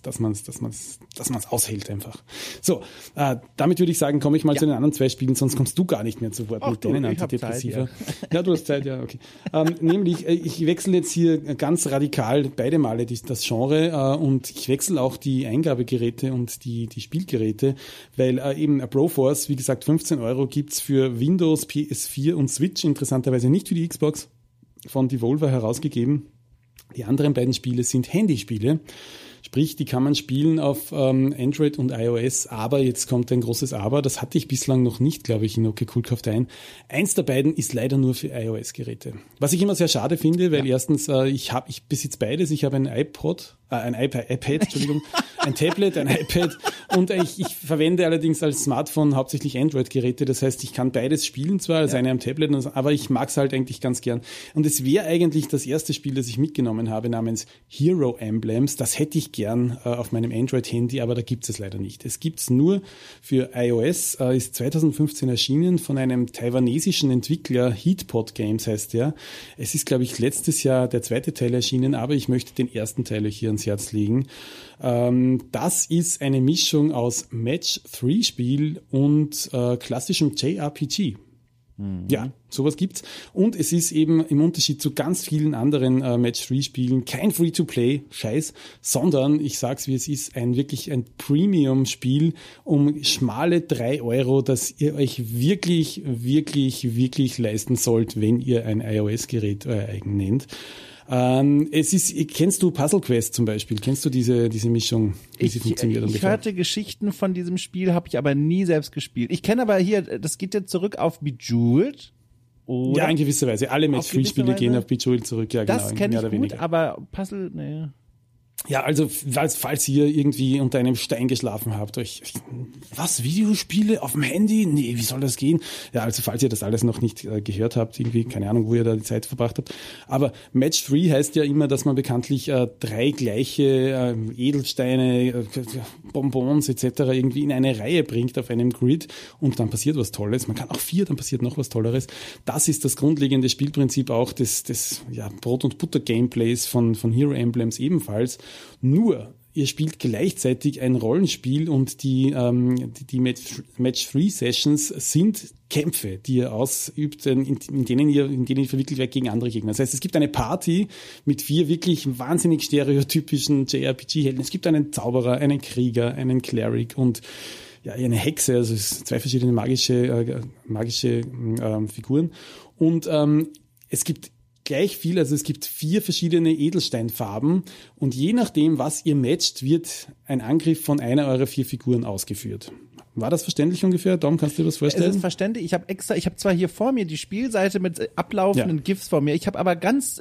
aushält einfach. So, damit würde ich sagen, komme ich mal zu den anderen 2 Spielen, sonst kommst du gar nicht mehr zu Wort mit deinen Antidepressiva. Ja, du hast Zeit, ja, okay. Nämlich, ich wechsle jetzt hier ganz radikal beide Male das Genre und ich wechsle auch die Eingabegeräte und die Spielgeräte, weil eben Broforce, wie gesagt, 15 Euro gibt's für Windows, PS4 und Switch, interessanterweise nicht für die Xbox, von Devolver herausgegeben. Die anderen beiden Spiele sind Handyspiele. Sprich, die kann man spielen auf Android und iOS, aber jetzt kommt ein großes Aber, das hatte ich bislang noch nicht, glaube ich, in OK Cool kauft ein. Eins der beiden ist leider nur für iOS-Geräte. Was ich immer sehr schade finde, weil erstens, ich besitze beides, ich habe ein iPad, Entschuldigung, ein Tablet, ein iPad und ich verwende allerdings als Smartphone hauptsächlich Android-Geräte, das heißt, ich kann beides spielen zwar, als eine am Tablet, aber ich mag es halt eigentlich ganz gern. Und es wäre eigentlich das erste Spiel, das ich mitgenommen habe, namens Hero Emblems, das hätte ich gern auf meinem Android-Handy, aber da gibt es leider nicht. Es gibt es nur für iOS, ist 2015 erschienen von einem taiwanesischen Entwickler, Heatpot Games heißt der. Es ist, glaube ich, letztes Jahr der 2. Teil erschienen, aber ich möchte den ersten Teil hier ans Herz legen. Das ist eine Mischung aus Match-3-Spiel und klassischem JRPG. Ja, sowas gibt's. Und es ist eben im Unterschied zu ganz vielen anderen Match-3-Spielen kein Free-to-Play-Scheiß, sondern, ich sag's wie es ist, wirklich ein Premium-Spiel um schmale 3 €, das ihr euch wirklich, wirklich, wirklich leisten sollt, wenn ihr ein iOS-Gerät euer eigen nennt. Kennst du Puzzle Quest zum Beispiel? Kennst du diese Mischung, wie sie funktioniert? Ich hörte Geschichten von diesem Spiel, habe ich aber nie selbst gespielt. Ich kenne aber hier, das geht ja zurück auf Bejeweled. Oder? Ja, in gewisser Weise. Alle Match-3-Spiele gehen auf Bejeweled zurück. Ja, das genau, kenne ich gut, weniger. Aber Puzzle, nee. Ja, also falls ihr irgendwie unter einem Stein geschlafen habt, Videospiele auf dem Handy? Nee, wie soll das gehen? Ja, also falls ihr das alles noch nicht gehört habt, irgendwie, keine Ahnung, wo ihr da die Zeit verbracht habt. Aber Match 3 heißt ja immer, dass man bekanntlich 3 gleiche Edelsteine, Bonbons etc. irgendwie in eine Reihe bringt auf einem Grid und dann passiert was Tolles. Man kann auch 4, dann passiert noch was Tolleres. Das ist das grundlegende Spielprinzip auch des Brot- und Butter-Gameplays von Hero Emblems ebenfalls. Nur, ihr spielt gleichzeitig ein Rollenspiel und die Match-3-Sessions sind Kämpfe, die ihr ausübt, in denen ihr verwickelt werdet gegen andere Gegner. Das heißt, es gibt eine Party mit 4 wirklich wahnsinnig stereotypischen JRPG-Helden. Es gibt einen Zauberer, einen Krieger, einen Cleric und eine Hexe, also es sind 2 verschiedene magische Figuren. Und es gibt gleich viel, also es gibt 4 verschiedene Edelsteinfarben und je nachdem, was ihr matcht, wird ein Angriff von einer eurer 4 Figuren ausgeführt. War das verständlich ungefähr? Dom, kannst du dir das vorstellen? Es ist verständlich. Ich habe zwar hier vor mir die Spielseite mit ablaufenden GIFs vor mir. Ich habe aber ganz,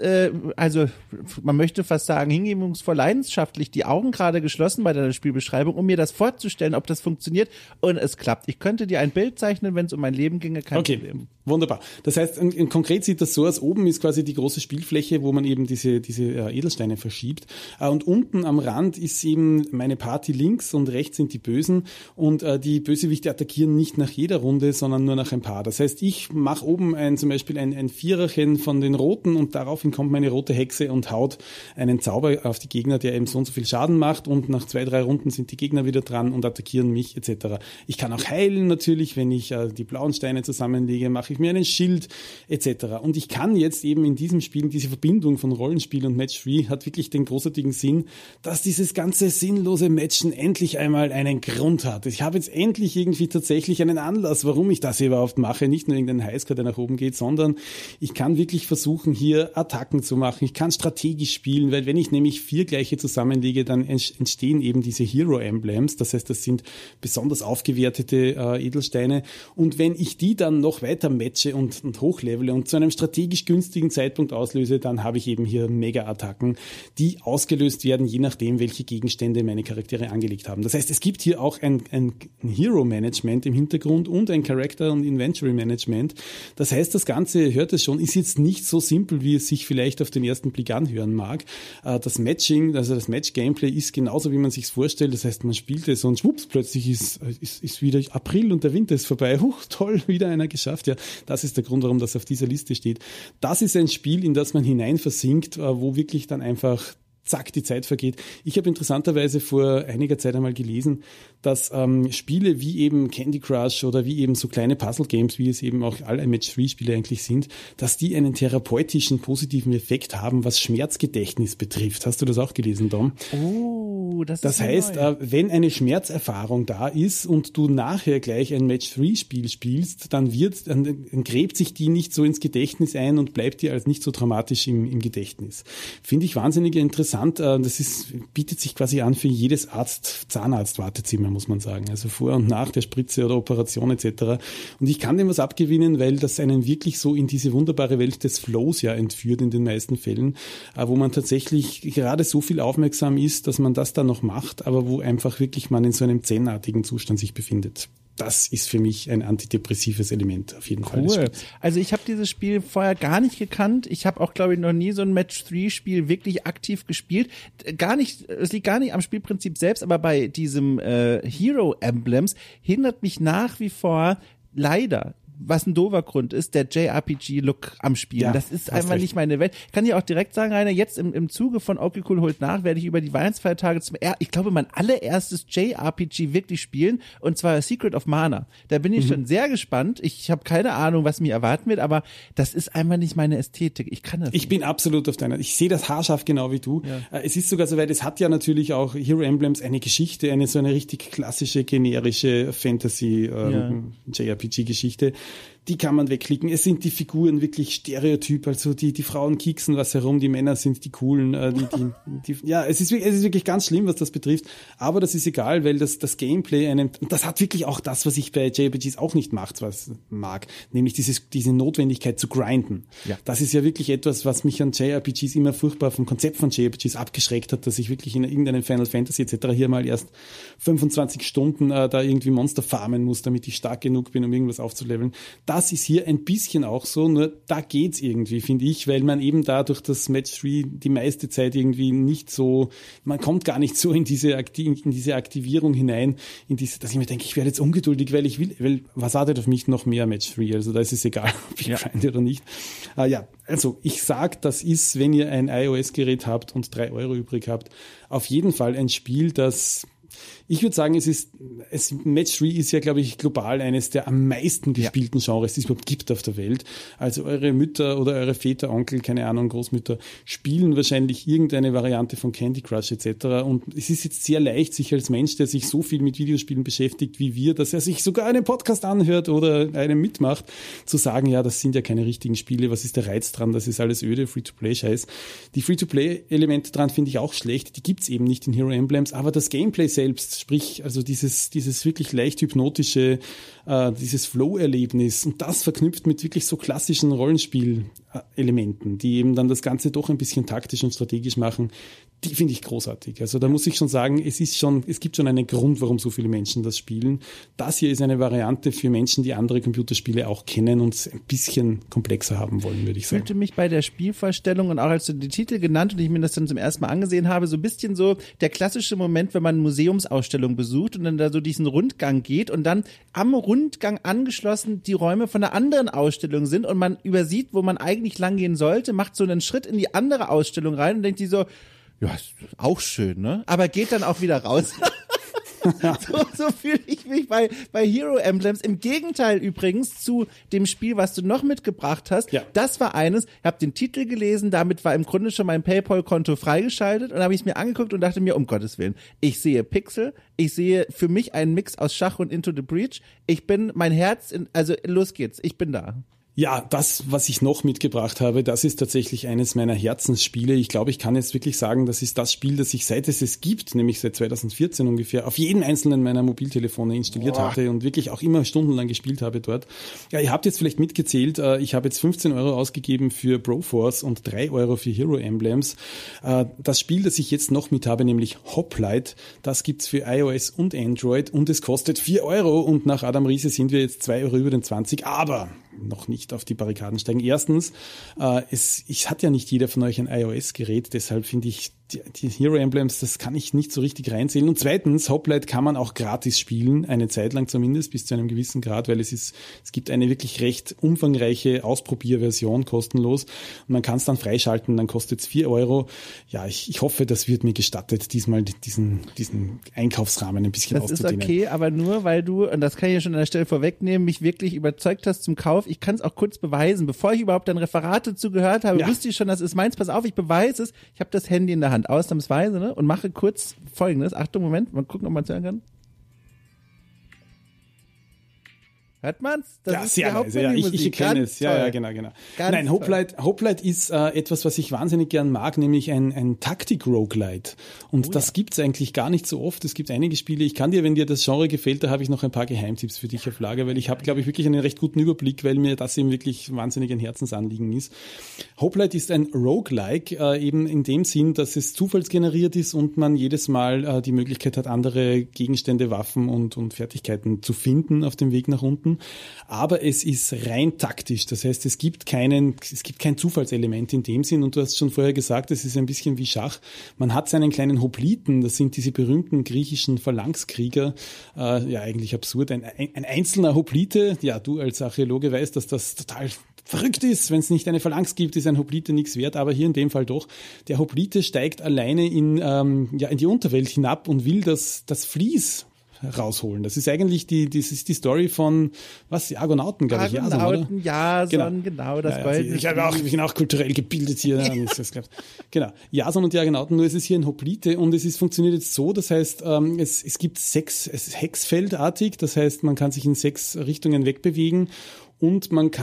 man möchte fast sagen, hingebungsvoll leidenschaftlich die Augen gerade geschlossen bei deiner Spielbeschreibung, um mir das vorzustellen, ob das funktioniert. Und es klappt. Ich könnte dir ein Bild zeichnen, wenn es um mein Leben ginge, kein Problem. Wunderbar. Das heißt, konkret sieht das so aus, oben ist quasi die große Spielfläche, wo man eben diese Edelsteine verschiebt. Und unten am Rand ist eben meine Party links und rechts sind die Bösen und die Bösewichte attackieren nicht nach jeder Runde, sondern nur nach ein paar. Das heißt, ich mache oben zum Beispiel ein Viererchen von den Roten und daraufhin kommt meine rote Hexe und haut einen Zauber auf die Gegner, der eben so und so viel Schaden macht und nach 2, 3 Runden sind die Gegner wieder dran und attackieren mich etc. Ich kann auch heilen natürlich, wenn ich die blauen Steine zusammenlege, mache ich mir einen Schild etc. Und ich kann jetzt eben in diesem Spiel, diese Verbindung von Rollenspiel und Match 3 hat wirklich den großartigen Sinn, dass dieses ganze sinnlose Matchen endlich einmal einen Grund hat. Ich habe jetzt endlich irgendwie tatsächlich einen Anlass, warum ich das überhaupt mache. Nicht nur irgendein Highscore, der nach oben geht, sondern ich kann wirklich versuchen, hier Attacken zu machen. Ich kann strategisch spielen, weil wenn ich nämlich 4 gleiche zusammenlege, dann entstehen eben diese Hero Emblems. Das heißt, das sind besonders aufgewertete Edelsteine. Und wenn ich die dann noch weiter matche und hochlevele und zu einem strategisch günstigen Zeitpunkt auslöse, dann habe ich eben hier Mega-Attacken, die ausgelöst werden, je nachdem, welche Gegenstände meine Charaktere angelegt haben. Das heißt, es gibt hier auch ein Hero-Management im Hintergrund und ein Character- und Inventory-Management. Das heißt, das Ganze, hört es schon, ist jetzt nicht so simpel, wie es sich vielleicht auf den ersten Blick anhören mag. Das Matching, also das Match-Gameplay ist genauso, wie man sich's vorstellt. Das heißt, man spielt es und schwupps, plötzlich ist wieder April und der Winter ist vorbei. Toll, wieder einer geschafft. Ja, das ist der Grund, warum das auf dieser Liste steht. Das ist ein Spiel, in das man hinein versinkt, wo wirklich dann einfach zack, die Zeit vergeht. Ich habe interessanterweise vor einiger Zeit einmal gelesen, dass Spiele wie eben Candy Crush oder wie eben so kleine Puzzle-Games, wie es eben auch alle Match-3-Spiele eigentlich sind, dass die einen therapeutischen, positiven Effekt haben, was Schmerzgedächtnis betrifft. Hast du das auch gelesen, Dom? Oh, das heißt, wenn eine Schmerzerfahrung da ist und du nachher gleich ein Match-3-Spiel spielst, dann gräbt sich die nicht so ins Gedächtnis ein und bleibt dir als nicht so dramatisch im Gedächtnis. Finde ich wahnsinnig interessant. Das bietet sich quasi an für jedes Arzt-Zahnarzt-Wartezimmer, muss man sagen. Also vor und nach der Spritze oder Operation etc. Und ich kann dem was abgewinnen, weil das einen wirklich so in diese wunderbare Welt des Flows ja entführt in den meisten Fällen, wo man tatsächlich gerade so viel aufmerksam ist, dass man das dann noch macht, aber wo einfach wirklich man in so einem zen-artigen Zustand sich befindet. Das ist für mich ein antidepressives Element auf jeden Fall. Cool. Also ich habe dieses Spiel vorher gar nicht gekannt. Ich habe auch, glaube ich, noch nie so ein Match-3-Spiel wirklich aktiv gespielt. Es liegt gar nicht am Spielprinzip selbst, aber bei diesem Hero Emblems hindert mich nach wie vor leider was ein doofer Grund ist, der JRPG-Look am Spiel. Ja, das ist einfach nicht meine Welt. Ich kann dir auch direkt sagen, Rainer, jetzt im Zuge von Okay Cool holt nach, werde ich über die Weihnachtsfeiertage ich glaube, mein allererstes JRPG wirklich spielen, und zwar Secret of Mana. Da bin ich schon sehr gespannt. Ich habe keine Ahnung, was mir erwarten wird, aber das ist einfach nicht meine Ästhetik. Ich kann das nicht. Ich bin absolut auf deiner. Ich sehe das haarscharf genau wie du. Ja. Es ist sogar so weit, es hat ja natürlich auch Hero Emblems eine Geschichte, eine richtig klassische, generische Fantasy JRPG-Geschichte. Die kann man wegklicken. Es sind die Figuren wirklich Stereotyp, also die Frauen kieksen was herum, die Männer sind die coolen, ja, es ist wirklich ganz schlimm, was das betrifft, aber das ist egal, weil das Gameplay das hat wirklich auch das, was ich bei JRPGs auch nicht mag, nämlich diese Notwendigkeit zu grinden. Ja. Das ist ja wirklich etwas, was mich an JRPGs immer furchtbar vom Konzept von JRPGs abgeschreckt hat, dass ich wirklich in irgendeinem Final Fantasy etc. hier mal erst 25 Stunden da irgendwie Monster farmen muss, damit ich stark genug bin, um irgendwas aufzuleveln. Das ist hier ein bisschen auch so, nur da geht's irgendwie, finde ich, weil man eben da durch das Match 3 die meiste Zeit irgendwie nicht so, man kommt gar nicht so in diese Aktivierung hinein, dass ich mir denke, ich werde jetzt ungeduldig, weil was wartet auf mich noch mehr Match 3? Also da ist es egal, ob ich grinde oder nicht. Also ich sag, das ist, wenn ihr ein iOS-Gerät habt und 3 € übrig habt, auf jeden Fall ein Spiel, das ich würde sagen, Match 3 ist ja, glaube ich, global eines der am meisten gespielten Genres, die es überhaupt gibt auf der Welt. Also eure Mütter oder eure Väter, Onkel, keine Ahnung, Großmütter, spielen wahrscheinlich irgendeine Variante von Candy Crush etc. Und es ist jetzt sehr leicht, sich als Mensch, der sich so viel mit Videospielen beschäftigt wie wir, dass er sich sogar einen Podcast anhört oder einen mitmacht, zu sagen, ja, das sind ja keine richtigen Spiele, was ist der Reiz dran, das ist alles öde, Free-to-Play-Scheiß. Die Free-to-Play-Elemente dran finde ich auch schlecht, die gibt's eben nicht in Hero Emblems, aber das Gameplay selbst, sprich, also dieses wirklich leicht hypnotische, dieses Flow-Erlebnis und das verknüpft mit wirklich so klassischen Rollenspiel-Elementen, die eben dann das Ganze doch ein bisschen taktisch und strategisch machen, die finde ich großartig. Also da muss ich schon sagen, es gibt schon einen Grund, warum so viele Menschen das spielen. Das hier ist eine Variante für Menschen, die andere Computerspiele auch kennen und es ein bisschen komplexer haben wollen, würde ich sagen. Ich fühlte mich bei der Spielvorstellung und auch als du die Titel genannt und ich mir das dann zum ersten Mal angesehen habe, so ein bisschen so der klassische Moment, wenn man eine Museumsausstellung besucht und dann da so diesen Rundgang geht und dann am Rundgang angeschlossen die Räume von einer anderen Ausstellung sind und man übersieht, wo man eigentlich lang gehen sollte, macht so einen Schritt in die andere Ausstellung rein und denkt sich so, ja, ist auch schön, ne? Aber geht dann auch wieder raus. So fühle ich mich bei Hero Emblems. Im Gegenteil übrigens zu dem Spiel, was du noch mitgebracht hast. Ja. Das war eines, ich habe den Titel gelesen, damit war im Grunde schon mein PayPal-Konto freigeschaltet und habe ich es mir angeguckt und dachte mir, um Gottes Willen, ich sehe Pixel, ich sehe für mich einen Mix aus Schach und Into the Breach. Mein Herz, also los geht's, ich bin da. Ja, das, was ich noch mitgebracht habe, das ist tatsächlich eines meiner Herzensspiele. Ich glaube, ich kann jetzt wirklich sagen, das ist das Spiel, das ich seit es gibt, nämlich seit 2014 ungefähr, auf jedem einzelnen meiner Mobiltelefone installiert hatte und wirklich auch immer stundenlang gespielt habe dort. Ja, ihr habt jetzt vielleicht mitgezählt, ich habe jetzt 15 € ausgegeben für Broforce und 3 € für Hero Emblems. Das Spiel, das ich jetzt noch mit habe, nämlich Hoplite, das gibt's für iOS und Android und es kostet 4 € und nach Adam Riese sind wir jetzt 2 € über den 20, aber noch nicht auf die Barrikaden steigen. Erstens, es hat ja nicht jeder von euch ein iOS-Gerät, deshalb finde ich die Hero Emblems, das kann ich nicht so richtig reinzählen. Und zweitens, Hoplite kann man auch gratis spielen, eine Zeit lang zumindest, bis zu einem gewissen Grad, weil es gibt eine wirklich recht umfangreiche Ausprobierversion, kostenlos. Und man kann es dann freischalten, dann kostet es 4 €. Ja, ich hoffe, das wird mir gestattet, diesmal diesen Einkaufsrahmen ein bisschen auszudehnen. Das ist okay, aber nur, weil du, und das kann ich ja schon an der Stelle vorwegnehmen, mich wirklich überzeugt hast zum Kauf. Ich kann es auch kurz beweisen. Bevor ich überhaupt dein Referat dazu gehört habe, wusste ich schon, das ist meins. Pass auf, ich beweise es. Ich habe das Handy in der Hand, ausnahmsweise, ne? Und mache kurz Folgendes. Achtung, Moment, mal gucken, ob man es hören kann. Hört man's? Das ist sehr leise. Ja, ich erkenne es. Ja, genau. Nein, Hoplite ist etwas, was ich wahnsinnig gern mag, nämlich ein Taktik-Roguelite. Und das gibt's eigentlich gar nicht so oft. Es gibt einige Spiele. Ich kann dir, wenn dir das Genre gefällt, da habe ich noch ein paar Geheimtipps für dich auf Lager, weil ich habe, glaube ich, wirklich einen recht guten Überblick, weil mir das eben wirklich wahnsinnig ein Herzensanliegen ist. Hoplite ist ein Roguelike, eben in dem Sinn, dass es zufallsgeneriert ist und man jedes Mal die Möglichkeit hat, andere Gegenstände, Waffen und Fertigkeiten zu finden auf dem Weg nach unten. tun. Aber es ist rein taktisch. Das heißt, es gibt kein Zufallselement in dem Sinn. Und du hast schon vorher gesagt, es ist ein bisschen wie Schach. Man hat seinen kleinen Hopliten, das sind diese berühmten griechischen Phalanxkrieger. Ja, eigentlich absurd. Ein einzelner Hoplite, ja, du als Archäologe weißt, dass das total verrückt ist. Wenn es nicht eine Phalanx gibt, ist ein Hoplite nichts wert, aber hier in dem Fall doch. Der Hoplite steigt alleine in die Unterwelt hinab und will das Vlies rausholen. Das ist eigentlich die Story von, Argonauten, glaube ich. Argonauten, Jason, genau, das Goldene. Ich bin auch kulturell gebildet hier. Genau. Jason und die Argonauten, nur es ist hier ein Hoplite und funktioniert jetzt so, das heißt, es gibt 6, es ist hexfeldartig, das heißt, man kann sich in 6 Richtungen wegbewegen. Und man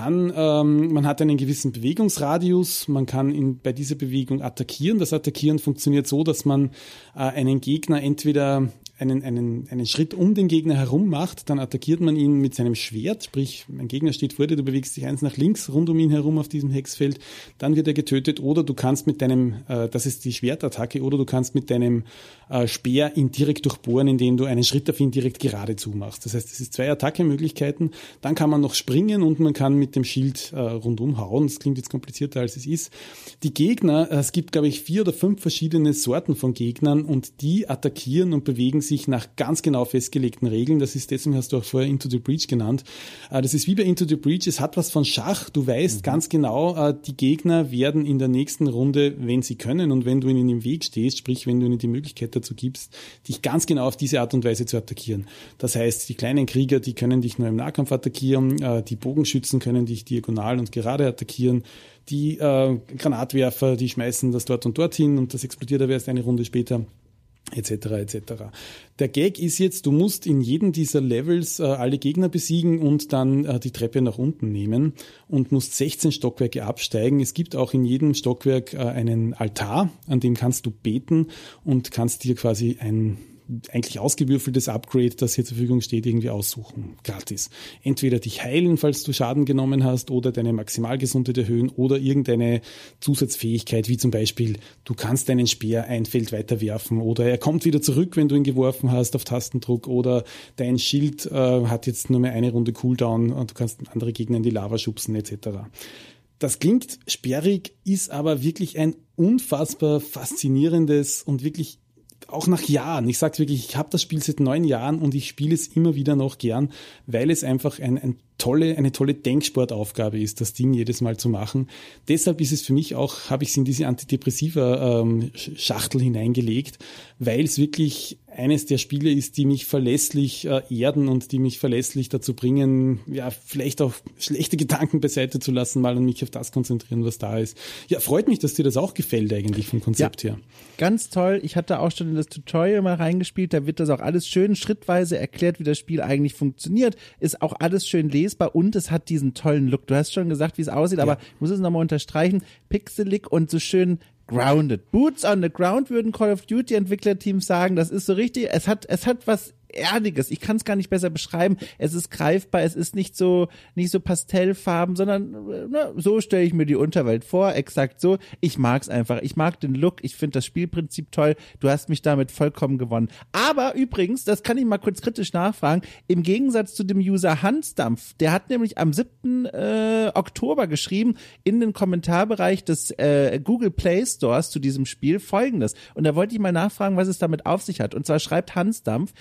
hat einen gewissen Bewegungsradius, man kann bei dieser Bewegung attackieren. Das Attackieren funktioniert so, dass man einen Gegner entweder einen Schritt um den Gegner herum macht, dann attackiert man ihn mit seinem Schwert, sprich, ein Gegner steht vor dir, du bewegst dich eins nach links rund um ihn herum auf diesem Hexfeld, dann wird er getötet, oder du kannst mit deinem, das ist die Schwertattacke, oder du kannst mit deinem Speer ihn direkt durchbohren, indem du einen Schritt auf ihn direkt geradezu machst. Das heißt, es ist 2 Attackemöglichkeiten, dann kann man noch springen und man kann mit dem Schild rundum hauen. Das klingt jetzt komplizierter, als es ist. Die Gegner, es gibt, glaube ich, 4 oder 5 verschiedene Sorten von Gegnern und die attackieren und bewegen sich nach ganz genau festgelegten Regeln. Deswegen hast du auch vorher Into the Breach genannt. Das ist wie bei Into the Breach, es hat was von Schach. Du weißt ganz genau, die Gegner werden in der nächsten Runde, wenn sie können und wenn du ihnen im Weg stehst, sprich, wenn du ihnen die Möglichkeit dazu gibst, dich ganz genau auf diese Art und Weise zu attackieren. Das heißt, die kleinen Krieger, die können dich nur im Nahkampf attackieren, die Bogenschützen können dich diagonal und gerade attackieren, die Granatwerfer, die schmeißen das dort und dorthin und das explodiert aber erst eine Runde später. Etc. Der Gag ist jetzt, du musst in jedem dieser Levels alle Gegner besiegen und dann die Treppe nach unten nehmen und musst 16 Stockwerke absteigen. Es gibt auch in jedem Stockwerk einen Altar, an dem kannst du beten und kannst dir quasi ein eigentlich ausgewürfeltes Upgrade, das hier zur Verfügung steht, irgendwie aussuchen, gratis. Entweder dich heilen, falls du Schaden genommen hast, oder deine Maximalgesundheit erhöhen oder irgendeine Zusatzfähigkeit, wie zum Beispiel, du kannst deinen Speer ein Feld weiter werfen oder er kommt wieder zurück, wenn du ihn geworfen hast auf Tastendruck, oder dein Schild hat jetzt nur mehr eine Runde Cooldown und du kannst andere Gegner in die Lava schubsen etc. Das klingt sperrig, ist aber wirklich ein unfassbar faszinierendes und wirklich auch nach Jahren, ich sag's wirklich, ich habe das Spiel seit 9 Jahren und ich spiele es immer wieder noch gern, weil es einfach eine tolle Denksportaufgabe ist, das Ding jedes Mal zu machen. Deshalb ist es für mich auch, habe ich es in diese Antidepressiva-Schachtel hineingelegt, weil es wirklich eines der Spiele ist, die mich verlässlich erden und die mich verlässlich dazu bringen, ja, vielleicht auch schlechte Gedanken beiseite zu lassen, mal und mich auf das konzentrieren, was da ist. Ja, freut mich, dass dir das auch gefällt eigentlich vom Konzept her. Ganz toll. Ich hatte auch schon in das Tutorial mal reingespielt, da wird das auch alles schön schrittweise erklärt, wie das Spiel eigentlich funktioniert. Ist auch alles schön lesbar und es hat diesen tollen Look. Du hast schon gesagt, wie es aussieht, aber ich muss es nochmal unterstreichen. Pixelig und so schön grounded. Boots on the ground würden Call of Duty Entwicklerteams sagen. Das ist so richtig, es hat was Erdiges. Ich kann es gar nicht besser beschreiben. Es ist greifbar, es ist nicht so Pastellfarben, sondern so stelle ich mir die Unterwelt vor, exakt so. Ich mag's einfach. Ich mag den Look, ich finde das Spielprinzip toll. Du hast mich damit vollkommen gewonnen. Aber übrigens, das kann ich mal kurz kritisch nachfragen, im Gegensatz zu dem User Hansdampf, der hat nämlich am 7. Oktober geschrieben in den Kommentarbereich des Google Play Stores zu diesem Spiel Folgendes. Und da wollte ich mal nachfragen, was es damit auf sich hat. Und zwar schreibt Hansdampf: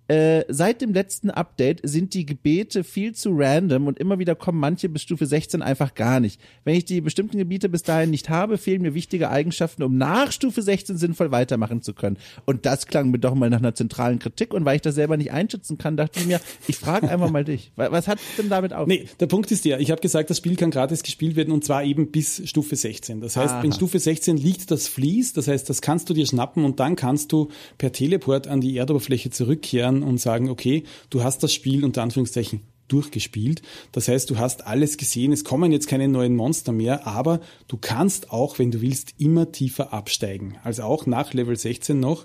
Seit dem letzten Update sind die Gebete viel zu random und immer wieder kommen manche bis Stufe 16 einfach gar nicht. Wenn ich die bestimmten Gebiete bis dahin nicht habe, fehlen mir wichtige Eigenschaften, um nach Stufe 16 sinnvoll weitermachen zu können. Und das klang mir doch mal nach einer zentralen Kritik, und weil ich das selber nicht einschätzen kann, dachte ich mir, ich frage einfach mal dich. Was hat es denn damit auf? Nee, der Punkt ist ich habe gesagt, das Spiel kann gratis gespielt werden und zwar eben bis Stufe 16. Das heißt, in Stufe 16 liegt das Vlies, das heißt, das kannst du dir schnappen und dann kannst du per Teleport an die Erdoberfläche zurückkehren und sagen, okay, du hast das Spiel unter Anführungszeichen durchgespielt. Das heißt, du hast alles gesehen, es kommen jetzt keine neuen Monster mehr, aber du kannst auch, wenn du willst, immer tiefer absteigen. Also auch nach Level 16 noch.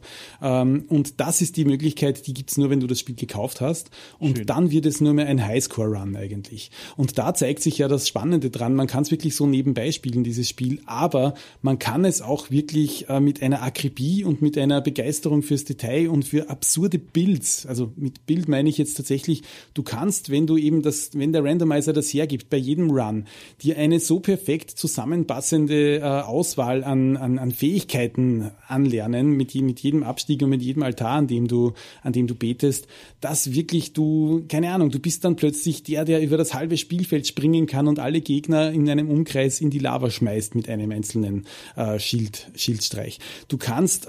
Und das ist die Möglichkeit, die gibt's nur, wenn du das Spiel gekauft hast. Und schön. Dann wird es nur mehr ein Highscore-Run eigentlich. Und da zeigt sich ja das Spannende dran. Man kann es wirklich so nebenbei spielen, dieses Spiel, aber man kann es auch wirklich mit einer Akribie und mit einer Begeisterung fürs Detail und für absurde Builds, also mit Bild meine ich jetzt tatsächlich, du kannst, wenn du du eben wenn der Randomizer das hergibt, bei jedem Run, dir eine so perfekt zusammenpassende Auswahl an Fähigkeiten anlernen, mit jedem Abstieg und mit jedem Altar, an dem du betest, dass wirklich du bist dann plötzlich der über das halbe Spielfeld springen kann und alle Gegner in einem Umkreis in die Lava schmeißt mit einem einzelnen Schildstreich. Du kannst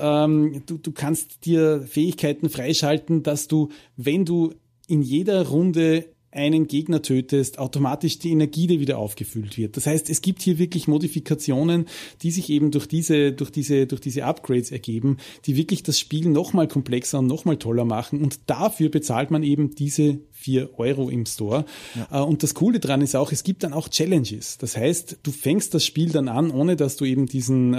dir Fähigkeiten freischalten, dass du, wenn du in jeder Runde einen Gegner tötest, automatisch die Energie dir wieder aufgefüllt wird. Das heißt, es gibt hier wirklich Modifikationen, die sich eben durch diese Upgrades ergeben, die wirklich das Spiel nochmal komplexer und nochmal toller machen, und dafür bezahlt man eben diese 4 € im Store. Ja. Und das Coole dran ist auch, es gibt dann auch Challenges. Das heißt, du fängst das Spiel dann an, ohne dass du eben diesen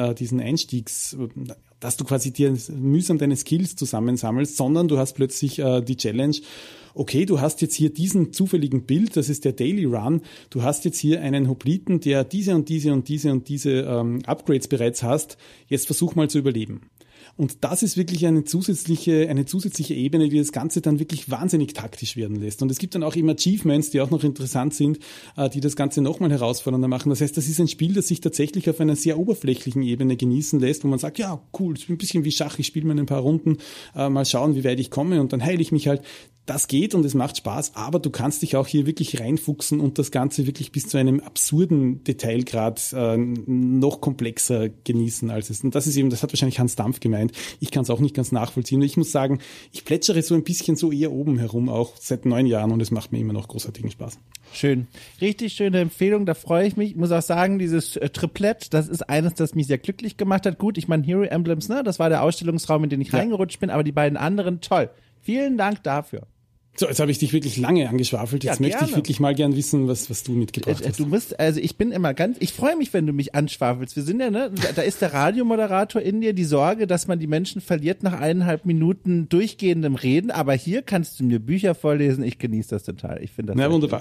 dass du quasi dir mühsam deine Skills zusammensammelst, sondern du hast plötzlich die Challenge: Okay, du hast jetzt hier diesen zufälligen Bild, das ist der Daily Run, du hast jetzt hier einen Hopliten, der diese und diese und diese und diese Upgrades bereits hast, jetzt versuch mal zu überleben. Und das ist wirklich eine zusätzliche Ebene, die das Ganze dann wirklich wahnsinnig taktisch werden lässt. Und es gibt dann auch eben Achievements, die auch noch interessant sind, die das Ganze nochmal herausfordernder machen. Das heißt, das ist ein Spiel, das sich tatsächlich auf einer sehr oberflächlichen Ebene genießen lässt, wo man sagt, ja, cool, es ist ein bisschen wie Schach, ich spiele mal ein paar Runden, mal schauen, wie weit ich komme, und dann heile ich mich halt. Das geht und es macht Spaß, aber du kannst dich auch hier wirklich reinfuchsen und das Ganze wirklich bis zu einem absurden Detailgrad noch komplexer genießen als es. Und das hat wahrscheinlich Hans Dampf gemeint. Ich kann es auch nicht ganz nachvollziehen. Ich muss sagen, ich plätschere so ein bisschen so eher oben herum, auch seit 9 Jahren, und es macht mir immer noch großartigen Spaß. Schön. Richtig schöne Empfehlung, da freue ich mich. Ich muss auch sagen, dieses Triplett, das ist eines, das mich sehr glücklich gemacht hat. Gut, ich meine Hero Emblems, ne, das war der Ausstellungsraum, in den ich reingerutscht bin, aber die beiden anderen, toll. Vielen Dank dafür. So, jetzt habe ich dich wirklich lange angeschwafelt. Jetzt möchte ich wirklich mal gern wissen, was du mitgebracht hast. Ich freue mich, wenn du mich anschwafelst. Wir sind ja, ne, da ist der Radiomoderator in dir, die Sorge, dass man die Menschen verliert nach 1,5 Minuten durchgehendem Reden. Aber hier kannst du mir Bücher vorlesen. Ich genieße das total. Ich finde das. Ja, wunderbar.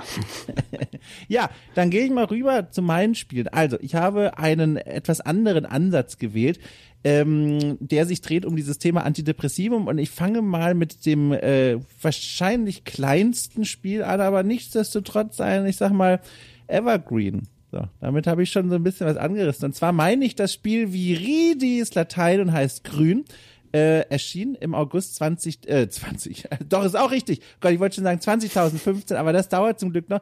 Ja, dann gehe ich mal rüber zu meinen Spielen. Also, ich habe einen etwas anderen Ansatz gewählt, der sich dreht um dieses Thema Antidepressivum, und ich fange mal mit dem wahrscheinlich kleinsten Spiel an, aber nichtsdestotrotz ich sag mal, Evergreen. So, damit habe ich schon so ein bisschen was angerissen. Und zwar meine ich das Spiel Viridi, ist Latein und heißt grün. Erschien im August 20, doch, ist auch richtig. Gott, ich wollte schon sagen 2015, aber das dauert zum Glück noch.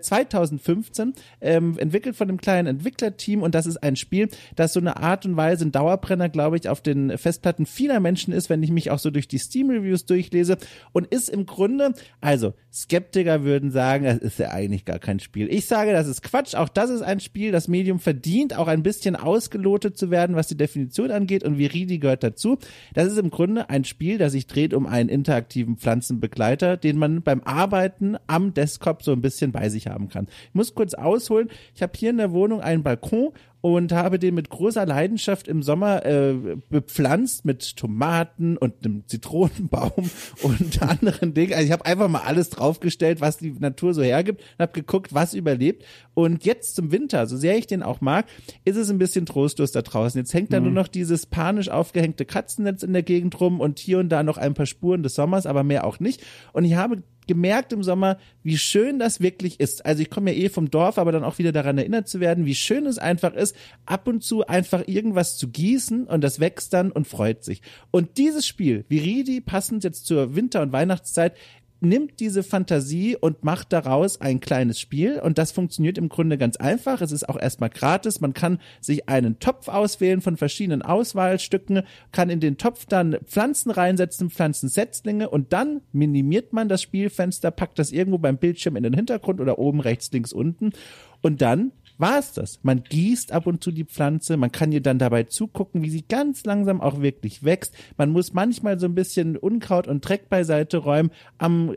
2015, entwickelt von einem kleinen Entwicklerteam, und das ist ein Spiel, das so eine Art und Weise ein Dauerbrenner, glaube ich, auf den Festplatten vieler Menschen ist, wenn ich mich auch so durch die Steam-Reviews durchlese, und ist im Grunde, also Skeptiker würden sagen, das ist ja eigentlich gar kein Spiel. Ich sage, das ist Quatsch. Auch das ist ein Spiel, das Medium verdient, auch ein bisschen ausgelotet zu werden, was die Definition angeht, und Viridi gehört dazu. Das ist im Grunde ein Spiel, das sich dreht um einen interaktiven Pflanzenbegleiter, den man beim Arbeiten am Desktop so ein bisschen bei sich haben kann. Ich muss kurz ausholen. Ich habe hier in der Wohnung einen Balkon und habe den mit großer Leidenschaft im Sommer bepflanzt mit Tomaten und einem Zitronenbaum und anderen Dingen. Also ich habe einfach mal alles draufgestellt, was die Natur so hergibt, und habe geguckt, was überlebt. Und jetzt zum Winter, so sehr ich den auch mag, ist es ein bisschen trostlos da draußen. Jetzt hängt da nur noch dieses panisch aufgehängte Katzennetz in der Gegend rum und hier und da noch ein paar Spuren des Sommers, aber mehr auch nicht. Und ich habe gemerkt im Sommer, wie schön das wirklich ist. Also ich komme ja vom Dorf, aber dann auch wieder daran erinnert zu werden, wie schön es einfach ist, ab und zu einfach irgendwas zu gießen, und das wächst dann und freut sich. Und dieses Spiel, Viridi, passend jetzt zur Winter- und Weihnachtszeit, nimmt diese Fantasie und macht daraus ein kleines Spiel, und das funktioniert im Grunde ganz einfach. Es ist auch erstmal gratis. Man kann sich einen Topf auswählen von verschiedenen Auswahlstücken, kann in den Topf dann Pflanzen reinsetzen, Pflanzensetzlinge, und dann minimiert man das Spielfenster, packt das irgendwo beim Bildschirm in den Hintergrund oder oben, rechts, links, unten, und dann war es das. Man gießt ab und zu die Pflanze, man kann ihr dann dabei zugucken, wie sie ganz langsam auch wirklich wächst. Man muss manchmal so ein bisschen Unkraut und Dreck beiseite räumen. Am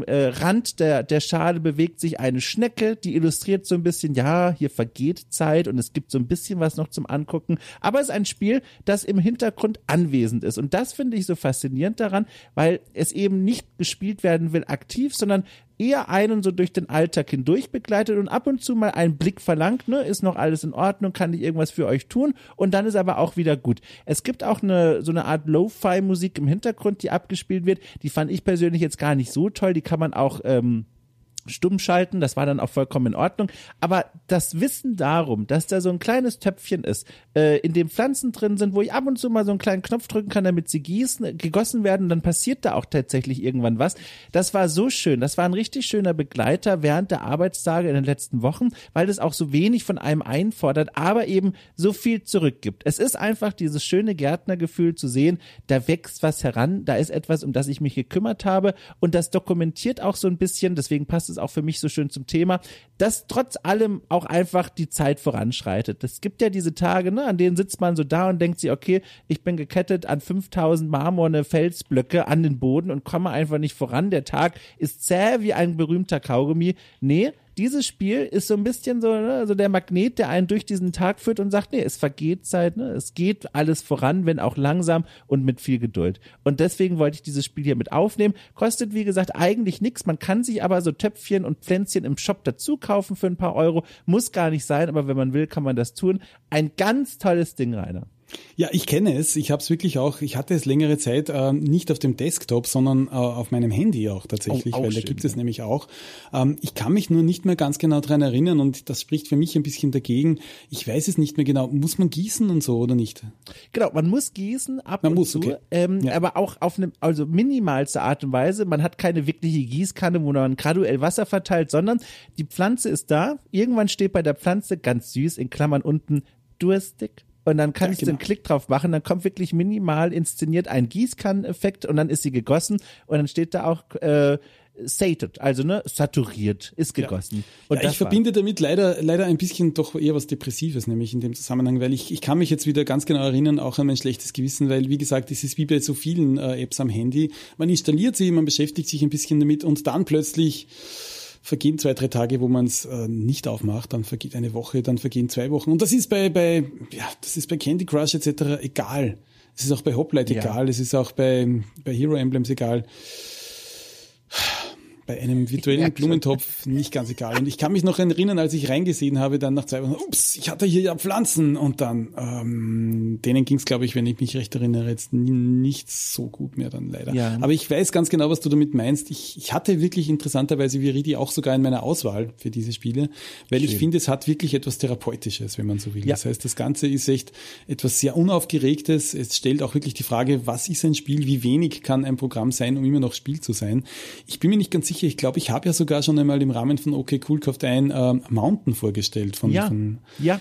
Rand der Schale bewegt sich eine Schnecke, die illustriert so ein bisschen, ja, hier vergeht Zeit und es gibt so ein bisschen was noch zum Angucken. Aber es ist ein Spiel, das im Hintergrund anwesend ist. Und das finde ich so faszinierend daran, weil es eben nicht gespielt werden will aktiv, sondern eher einen so durch den Alltag hindurch begleitet und ab und zu mal einen Blick verlangt, ne, ist noch alles in Ordnung, kann ich irgendwas für euch tun, und dann ist aber auch wieder gut. Es gibt auch so eine Art Lo-Fi-Musik im Hintergrund, die abgespielt wird, die fand ich persönlich jetzt gar nicht so toll, die kann man auch stumm schalten, das war dann auch vollkommen in Ordnung, aber das Wissen darum, dass da so ein kleines Töpfchen ist, in dem Pflanzen drin sind, wo ich ab und zu mal so einen kleinen Knopf drücken kann, damit sie gegossen werden, dann passiert da auch tatsächlich irgendwann was, das war so schön, das war ein richtig schöner Begleiter während der Arbeitstage in den letzten Wochen, weil das auch so wenig von einem einfordert, aber eben so viel zurückgibt. Es ist einfach dieses schöne Gärtnergefühl zu sehen, da wächst was heran, da ist etwas, um das ich mich gekümmert habe und das dokumentiert auch so ein bisschen, deswegen passt es auch für mich so schön zum Thema, dass trotz allem auch einfach die Zeit voranschreitet. Es gibt ja diese Tage, ne, an denen sitzt man so da und denkt sich, okay, ich bin gekettet an 5000 marmorne Felsblöcke an den Boden und komme einfach nicht voran. Der Tag ist zäh wie ein berühmter Kaugummi. Nee, dieses Spiel ist so ein bisschen so, ne, so der Magnet, der einen durch diesen Tag führt und sagt, nee, es vergeht Zeit, ne, es geht alles voran, wenn auch langsam und mit viel Geduld. Und deswegen wollte ich dieses Spiel hier mit aufnehmen. Kostet, wie gesagt, eigentlich nichts. Man kann sich aber so Töpfchen und Pflänzchen im Shop dazu kaufen für ein paar Euro. Muss gar nicht sein, aber wenn man will, kann man das tun. Ein ganz tolles Ding, Rainer. Ja, ich kenne es. Ich habe es wirklich auch, ich hatte es längere Zeit nicht auf dem Desktop, sondern auf meinem Handy auch tatsächlich, weil da gibt es nämlich auch. Ich kann mich nur nicht mehr ganz genau dran erinnern und das spricht für mich ein bisschen dagegen. Ich weiß es nicht mehr genau. Muss man gießen und so oder nicht? Genau, man muss gießen zu, aber auch auf eine also minimalste Art und Weise. Man hat keine wirkliche Gießkanne, wo man graduell Wasser verteilt, sondern die Pflanze ist da. Irgendwann steht bei der Pflanze ganz süß in Klammern unten durstig. Und dann kannst du einen Klick drauf machen, dann kommt wirklich minimal inszeniert ein Gießkanneneffekt und dann ist sie gegossen und dann steht da auch sated, also ne, saturiert, ist gegossen. Und ich verbinde damit leider ein bisschen doch eher was Depressives, nämlich in dem Zusammenhang, weil ich kann mich jetzt wieder ganz genau erinnern, auch an mein schlechtes Gewissen, weil wie gesagt, es ist wie bei so vielen Apps am Handy, man installiert sie, man beschäftigt sich ein bisschen damit und dann plötzlich vergehen 2-3 Tage, wo man es nicht aufmacht, dann vergeht eine Woche, dann vergehen 2 Wochen. Und das ist bei Candy Crush etc. egal. Es ist auch bei Hoplite egal, es ist auch bei Hero Emblems egal. Bei einem virtuellen Blumentopf nicht ganz egal. Und ich kann mich noch erinnern, als ich reingesehen habe, dann nach 2 Wochen, ups, ich hatte hier ja Pflanzen. Und dann, denen ging es, glaube ich, wenn ich mich recht erinnere, jetzt nicht so gut mehr dann leider. Ja. Aber ich weiß ganz genau, was du damit meinst. Ich hatte wirklich interessanterweise Viridi auch sogar in meiner Auswahl für diese Spiele, weil ich finde, es hat wirklich etwas Therapeutisches, wenn man so will. Ja. Das heißt, das Ganze ist echt etwas sehr Unaufgeregtes. Es stellt auch wirklich die Frage, was ist ein Spiel, wie wenig kann ein Programm sein, um immer noch Spiel zu sein. Ich bin mir nicht ganz sicher, ich glaube, ich habe ja sogar schon einmal im Rahmen von OK Cool kauft ein Mountain vorgestellt von Jim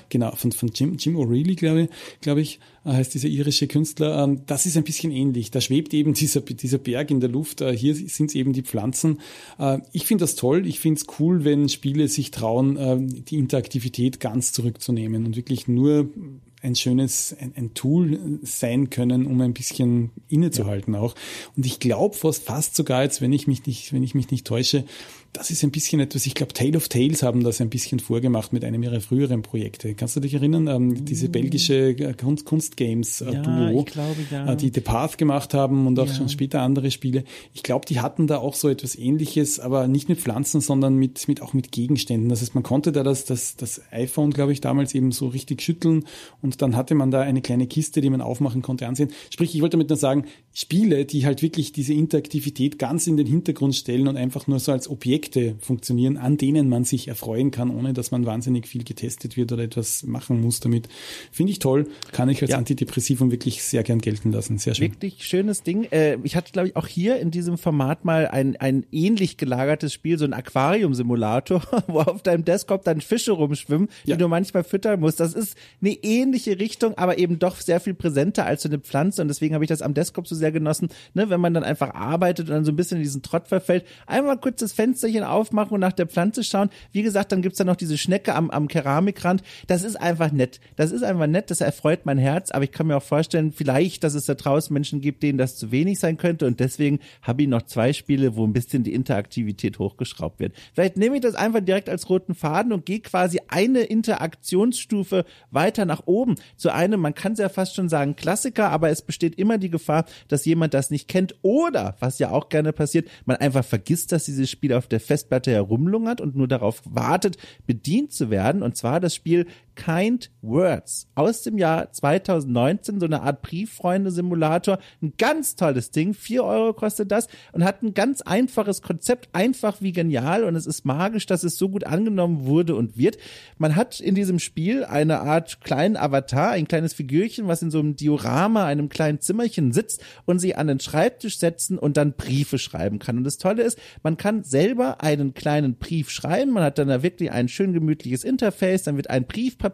O'Reilly, glaube ich, heißt dieser irische Künstler. Das ist ein bisschen ähnlich. Da schwebt eben dieser Berg in der Luft. Hier sind es eben die Pflanzen. Ich finde das toll. Ich finde es cool, wenn Spiele sich trauen, die Interaktivität ganz zurückzunehmen und wirklich nur ein schönes, ein Tool sein können, um ein bisschen innezuhalten auch. Und ich glaube fast sogar jetzt, wenn ich mich nicht täusche, das ist ein bisschen etwas, ich glaube, Tale of Tales haben das ein bisschen vorgemacht mit einem ihrer früheren Projekte. Kannst du dich erinnern? Diese belgische Kunstgames-Duo, ich glaube, die The Path gemacht haben und auch schon später andere Spiele. Ich glaube, die hatten da auch so etwas Ähnliches, aber nicht mit Pflanzen, sondern auch mit Gegenständen. Das heißt, man konnte da das iPhone, glaube ich, damals eben so richtig schütteln und dann hatte man da eine kleine Kiste, die man aufmachen konnte, ansehen. Sprich, ich wollte damit nur sagen, Spiele, die halt wirklich diese Interaktivität ganz in den Hintergrund stellen und einfach nur so als Objekte funktionieren, an denen man sich erfreuen kann, ohne dass man wahnsinnig viel getestet wird oder etwas machen muss damit. Finde ich toll, kann ich als Antidepressivum wirklich sehr gern gelten lassen. Sehr schön. Wirklich schönes Ding. Ich hatte, glaube ich, auch hier in diesem Format mal ein ähnlich gelagertes Spiel, so ein Aquarium-Simulator, wo auf deinem Desktop dann Fische rumschwimmen, die du manchmal füttern musst. Das ist eine ähnliche Richtung, aber eben doch sehr viel präsenter als so eine Pflanze und deswegen habe ich das am Desktop so sehr genossen, ne, wenn man dann einfach arbeitet und dann so ein bisschen in diesen Trott verfällt, einmal kurz das Fensterchen aufmachen und nach der Pflanze schauen. Wie gesagt, dann gibt's da noch diese Schnecke am Keramikrand. Das ist einfach nett. Das erfreut mein Herz, aber ich kann mir auch vorstellen, vielleicht, dass es da draußen Menschen gibt, denen das zu wenig sein könnte und deswegen habe ich noch 2 Spiele, wo ein bisschen die Interaktivität hochgeschraubt wird. Vielleicht nehme ich das einfach direkt als roten Faden und gehe quasi eine Interaktionsstufe weiter nach oben verschoben zu einem, man kann es ja fast schon sagen, Klassiker, aber es besteht immer die Gefahr, dass jemand das nicht kennt oder, was ja auch gerne passiert, man einfach vergisst, dass dieses Spiel auf der Festplatte herumlungert und nur darauf wartet, bedient zu werden. Und zwar das Spiel Kind Words aus dem Jahr 2019, so eine Art Brieffreunde-Simulator. Ein ganz tolles Ding, 4 Euro kostet das und hat ein ganz einfaches Konzept, einfach wie genial, und es ist magisch, dass es so gut angenommen wurde und wird. Man hat in diesem Spiel eine Art kleinen Avatar, ein kleines Figürchen, was in so einem Diorama, einem kleinen Zimmerchen sitzt und sie an den Schreibtisch setzen und dann Briefe schreiben kann. Und das Tolle ist, man kann selber einen kleinen Brief schreiben, man hat dann da wirklich ein schön gemütliches Interface, dann wird ein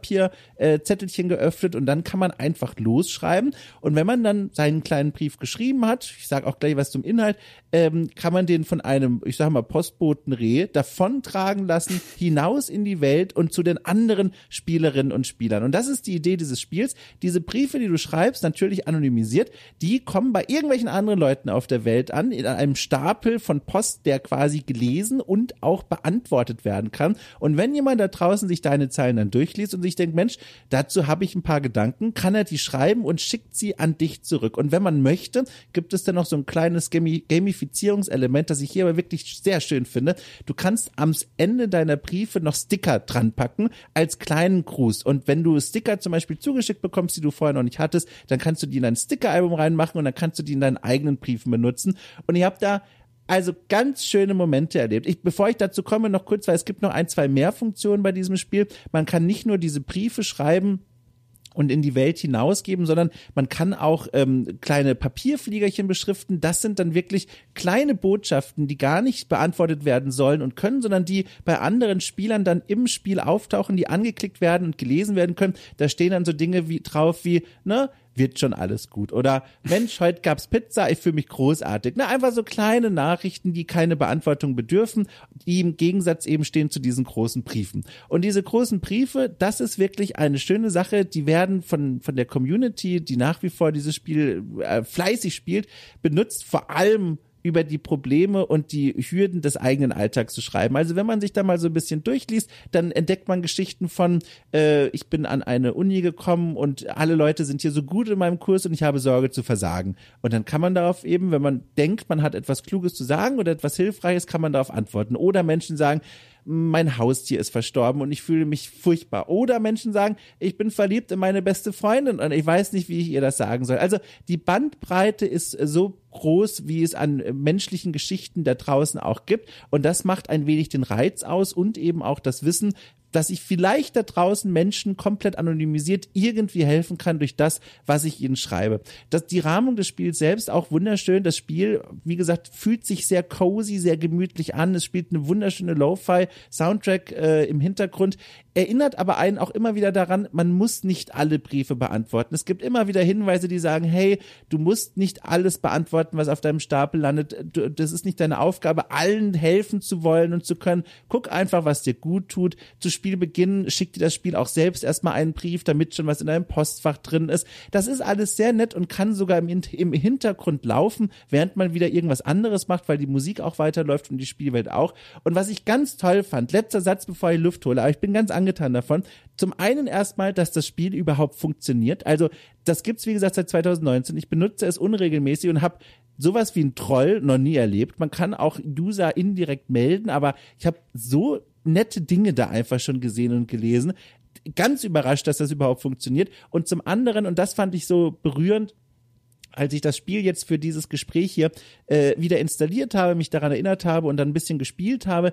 Zettelchen geöffnet und dann kann man einfach losschreiben. Und wenn man dann seinen kleinen Brief geschrieben hat, ich sage auch gleich was zum Inhalt, kann man den von einem, ich sage mal, Postbotenreh davontragen lassen, hinaus in die Welt und zu den anderen Spielerinnen und Spielern. Und das ist die Idee dieses Spiels. Diese Briefe, die du schreibst, natürlich anonymisiert, die kommen bei irgendwelchen anderen Leuten auf der Welt an, in einem Stapel von Post, der quasi gelesen und auch beantwortet werden kann. Und wenn jemand da draußen sich deine Zeilen dann durchliest und sich denkt, Mensch, dazu habe ich ein paar Gedanken, kann er die schreiben und schickt sie an dich zurück. Und wenn man möchte, gibt es dann noch so ein kleines Gamifizierungselement, das ich hier aber wirklich sehr schön finde. Du kannst am Ende deiner Briefe noch Sticker dran packen als kleinen Gruß. Und wenn du Sticker zum Beispiel zugeschickt bekommst, die du vorher noch nicht hattest, dann kannst du die in dein Sticker-Album reinmachen und dann kannst du die in deinen eigenen Briefen benutzen. Und ihr habt da also ganz schöne Momente erlebt. Bevor ich dazu komme, noch kurz, weil es gibt noch 1, 2 mehr Funktionen bei diesem Spiel. Man kann nicht nur diese Briefe schreiben und in die Welt hinausgeben, sondern man kann auch kleine Papierfliegerchen beschriften. Das sind dann wirklich kleine Botschaften, die gar nicht beantwortet werden sollen und können, sondern die bei anderen Spielern dann im Spiel auftauchen, die angeklickt werden und gelesen werden können. Da stehen dann so Dinge drauf wie, ne, wird schon alles gut. Oder Mensch, heute gab's Pizza, ich fühle mich großartig. Na, einfach so kleine Nachrichten, die keine Beantwortung bedürfen, die im Gegensatz eben stehen zu diesen großen Briefen. Und diese großen Briefe, das ist wirklich eine schöne Sache. Die werden von der Community, die nach wie vor dieses Spiel fleißig spielt, benutzt, vor allem über die Probleme und die Hürden des eigenen Alltags zu schreiben. Also wenn man sich da mal so ein bisschen durchliest, dann entdeckt man Geschichten von, ich bin an eine Uni gekommen und alle Leute sind hier so gut in meinem Kurs und ich habe Sorge zu versagen. Und dann kann man darauf eben, wenn man denkt, man hat etwas Kluges zu sagen oder etwas Hilfreiches, kann man darauf antworten. Oder Menschen sagen, mein Haustier ist verstorben und ich fühle mich furchtbar. Oder Menschen sagen, ich bin verliebt in meine beste Freundin und ich weiß nicht, wie ich ihr das sagen soll. Also die Bandbreite ist so groß, wie es an menschlichen Geschichten da draußen auch gibt. Und das macht ein wenig den Reiz aus und eben auch das Wissen, dass ich vielleicht da draußen Menschen komplett anonymisiert irgendwie helfen kann durch das, was ich ihnen schreibe. Die Rahmung des Spiels selbst auch wunderschön. Das Spiel, wie gesagt, fühlt sich sehr cozy, sehr gemütlich an. Es spielt eine wunderschöne Lo-Fi-Soundtrack im Hintergrund. Erinnert aber einen auch immer wieder daran, man muss nicht alle Briefe beantworten. Es gibt immer wieder Hinweise, die sagen, hey, du musst nicht alles beantworten, was auf deinem Stapel landet. Das ist nicht deine Aufgabe, allen helfen zu wollen und zu können. Guck einfach, was dir gut tut. Zu Spielbeginn schickt dir das Spiel auch selbst erstmal einen Brief, damit schon was in deinem Postfach drin ist. Das ist alles sehr nett und kann sogar im Hintergrund laufen, während man wieder irgendwas anderes macht, weil die Musik auch weiterläuft und die Spielwelt auch. Und was ich ganz toll fand, letzter Satz, bevor ich Luft hole, aber ich bin ganz angetan davon. Zum einen erstmal, dass das Spiel überhaupt funktioniert. Also das gibt's, wie gesagt, seit 2019. Ich benutze es unregelmäßig und habe sowas wie ein Troll noch nie erlebt. Man kann auch User indirekt melden, aber ich habe so nette Dinge da einfach schon gesehen und gelesen. Ganz überrascht, dass das überhaupt funktioniert. Und zum anderen, und das fand ich so berührend, als ich das Spiel jetzt für dieses Gespräch hier wieder installiert habe, mich daran erinnert habe und dann ein bisschen gespielt habe,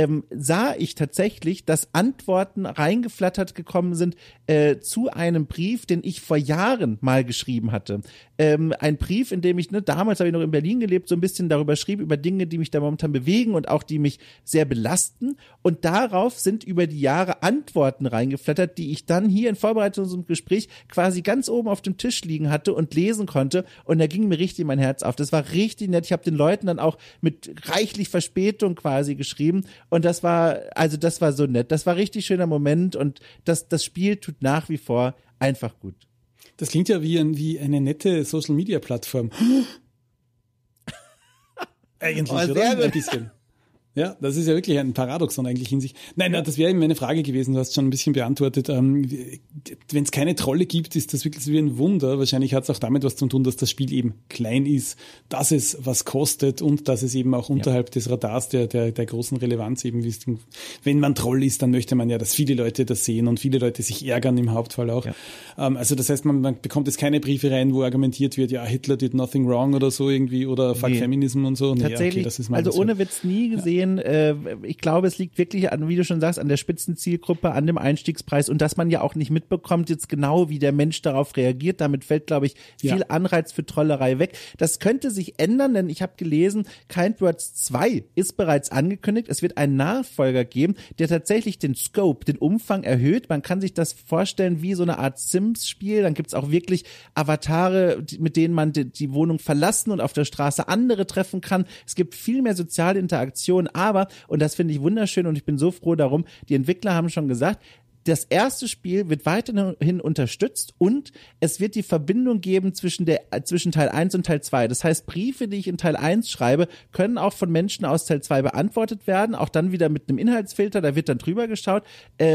sah ich tatsächlich, dass Antworten reingeflattert gekommen sind zu einem Brief, den ich vor Jahren mal geschrieben hatte. Ein Brief, in dem ich, damals habe ich noch in Berlin gelebt, so ein bisschen darüber schrieb, über Dinge, die mich da momentan bewegen und auch die mich sehr belasten. Und darauf sind über die Jahre Antworten reingeflattert, die ich dann hier in Vorbereitung zum Gespräch quasi ganz oben auf dem Tisch liegen hatte und lesen konnte. Und da ging mir richtig mein Herz auf. Das war richtig nett. Ich habe den Leuten dann auch mit reichlich Verspätung quasi geschrieben. Und das war so nett. Das war richtig schöner Moment und das Spiel tut nach wie vor einfach gut. Das klingt ja wie eine nette Social-Media-Plattform. Eigentlich, oder? Ein bisschen. Ja, das ist ja wirklich ein Paradoxon eigentlich in sich. Nein, das wäre eben meine Frage gewesen, du hast schon ein bisschen beantwortet. Wenn es keine Trolle gibt, ist das wirklich so wie ein Wunder. Wahrscheinlich hat es auch damit was zu tun, dass das Spiel eben klein ist, dass es was kostet und dass es eben auch unterhalb des Radars der großen Relevanz eben ist. Wenn man Troll ist, dann möchte man ja, dass viele Leute das sehen und viele Leute sich ärgern im Hauptfall auch. Ja. Also das heißt, man bekommt jetzt keine Briefe rein, wo argumentiert wird, ja, Hitler did nothing wrong oder so irgendwie oder fuck Feminism und so. Tatsächlich, okay, das ist also ohne Witz nie gesehen. Ich glaube, es liegt wirklich an, wie du schon sagst, an der Spitzenzielgruppe, an dem Einstiegspreis und dass man ja auch nicht mitbekommt jetzt genau, wie der Mensch darauf reagiert. Damit fällt, glaube ich, viel Anreiz für Trollerei weg. Das könnte sich ändern, denn ich habe gelesen, Kind Words 2 ist bereits angekündigt. Es wird einen Nachfolger geben, der tatsächlich den Scope, den Umfang erhöht. Man kann sich das vorstellen wie so eine Art Sims-Spiel. Dann gibt's auch wirklich Avatare, mit denen man die Wohnung verlassen und auf der Straße andere treffen kann. Es gibt viel mehr soziale Interaktion. Aber, und das finde ich wunderschön und ich bin so froh darum, die Entwickler haben schon gesagt, das erste Spiel wird weiterhin unterstützt und es wird die Verbindung geben zwischen Teil 1 und Teil 2. Das heißt, Briefe, die ich in Teil 1 schreibe, können auch von Menschen aus Teil 2 beantwortet werden, auch dann wieder mit einem Inhaltsfilter, da wird dann drüber geschaut.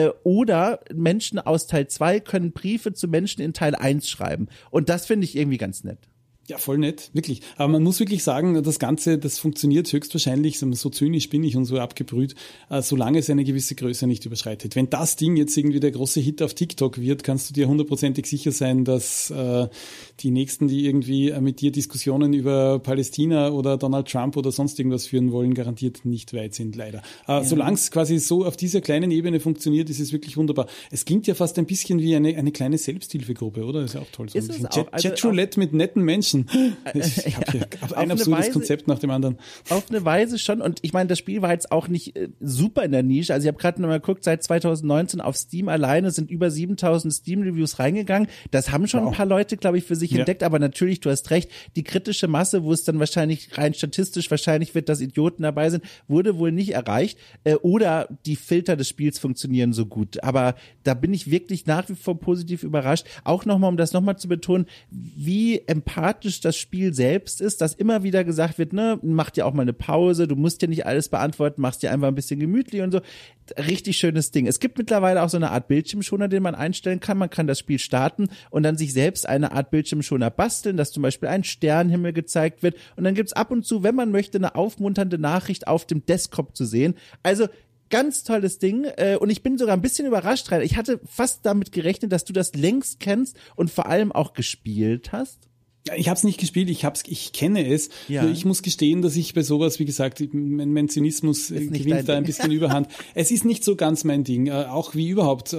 Oder Menschen aus Teil 2 können Briefe zu Menschen in Teil 1 schreiben. Und das finde ich irgendwie ganz nett. Ja, voll nett, wirklich. Aber man muss wirklich sagen, das Ganze, das funktioniert höchstwahrscheinlich, so zynisch bin ich und so abgebrüht, solange es eine gewisse Größe nicht überschreitet. Wenn das Ding jetzt irgendwie der große Hit auf TikTok wird, kannst du dir 100% sicher sein, dass die Nächsten, die irgendwie mit dir Diskussionen über Palästina oder Donald Trump oder sonst irgendwas führen wollen, garantiert nicht weit sind, leider. Solange es quasi so auf dieser kleinen Ebene funktioniert, ist es wirklich wunderbar. Es klingt ja fast ein bisschen wie eine kleine Selbsthilfegruppe, oder? Das ist ja auch toll. So ist ein bisschen Chatroulette mit netten Menschen. Ich habe hier ein absurdes Konzept nach dem anderen. Auf eine Weise schon. Und ich meine, das Spiel war jetzt auch nicht super in der Nische. Also ich habe gerade noch mal geguckt, seit 2019 auf Steam alleine sind über 7000 Steam-Reviews reingegangen. Das haben schon ein paar Leute, glaube ich, für sich entdeckt. Aber natürlich, du hast recht, die kritische Masse, wo es dann wahrscheinlich rein statistisch wahrscheinlich wird, dass Idioten dabei sind, wurde wohl nicht erreicht. Oder die Filter des Spiels funktionieren so gut. Aber da bin ich wirklich nach wie vor positiv überrascht. Auch nochmal, um das nochmal zu betonen, wie empathisch das Spiel selbst ist, dass immer wieder gesagt wird, ne, mach dir auch mal eine Pause, du musst dir nicht alles beantworten, machst dir einfach ein bisschen gemütlich und so. Richtig schönes Ding. Es gibt mittlerweile auch so eine Art Bildschirmschoner, den man einstellen kann. Man kann das Spiel starten und dann sich selbst eine Art Bildschirmschoner basteln, dass zum Beispiel ein Sternenhimmel gezeigt wird und dann gibt's ab und zu, wenn man möchte, eine aufmunternde Nachricht auf dem Desktop zu sehen. Also ganz tolles Ding und ich bin sogar ein bisschen überrascht rein. Ich hatte fast damit gerechnet, dass du das längst kennst und vor allem auch gespielt hast. Ich habe es nicht gespielt, ich kenne es. Ja. Nur ich muss gestehen, dass ich bei sowas, wie gesagt, mein Zynismus gewinnt da ein bisschen Überhand. Es ist nicht so ganz mein Ding. Auch wie überhaupt,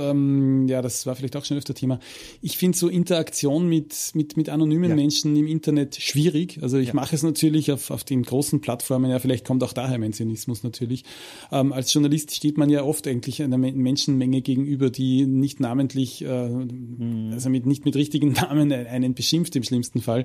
das war vielleicht auch schon öfter Thema. Ich finde so Interaktion mit anonymen Menschen im Internet schwierig. Also ich mache es natürlich auf den großen Plattformen, ja, vielleicht kommt auch daher mein Zynismus natürlich. Als Journalist steht man ja oft eigentlich einer Menschenmenge gegenüber, die nicht namentlich, also nicht mit richtigen Namen einen beschimpft im schlimmsten Fall.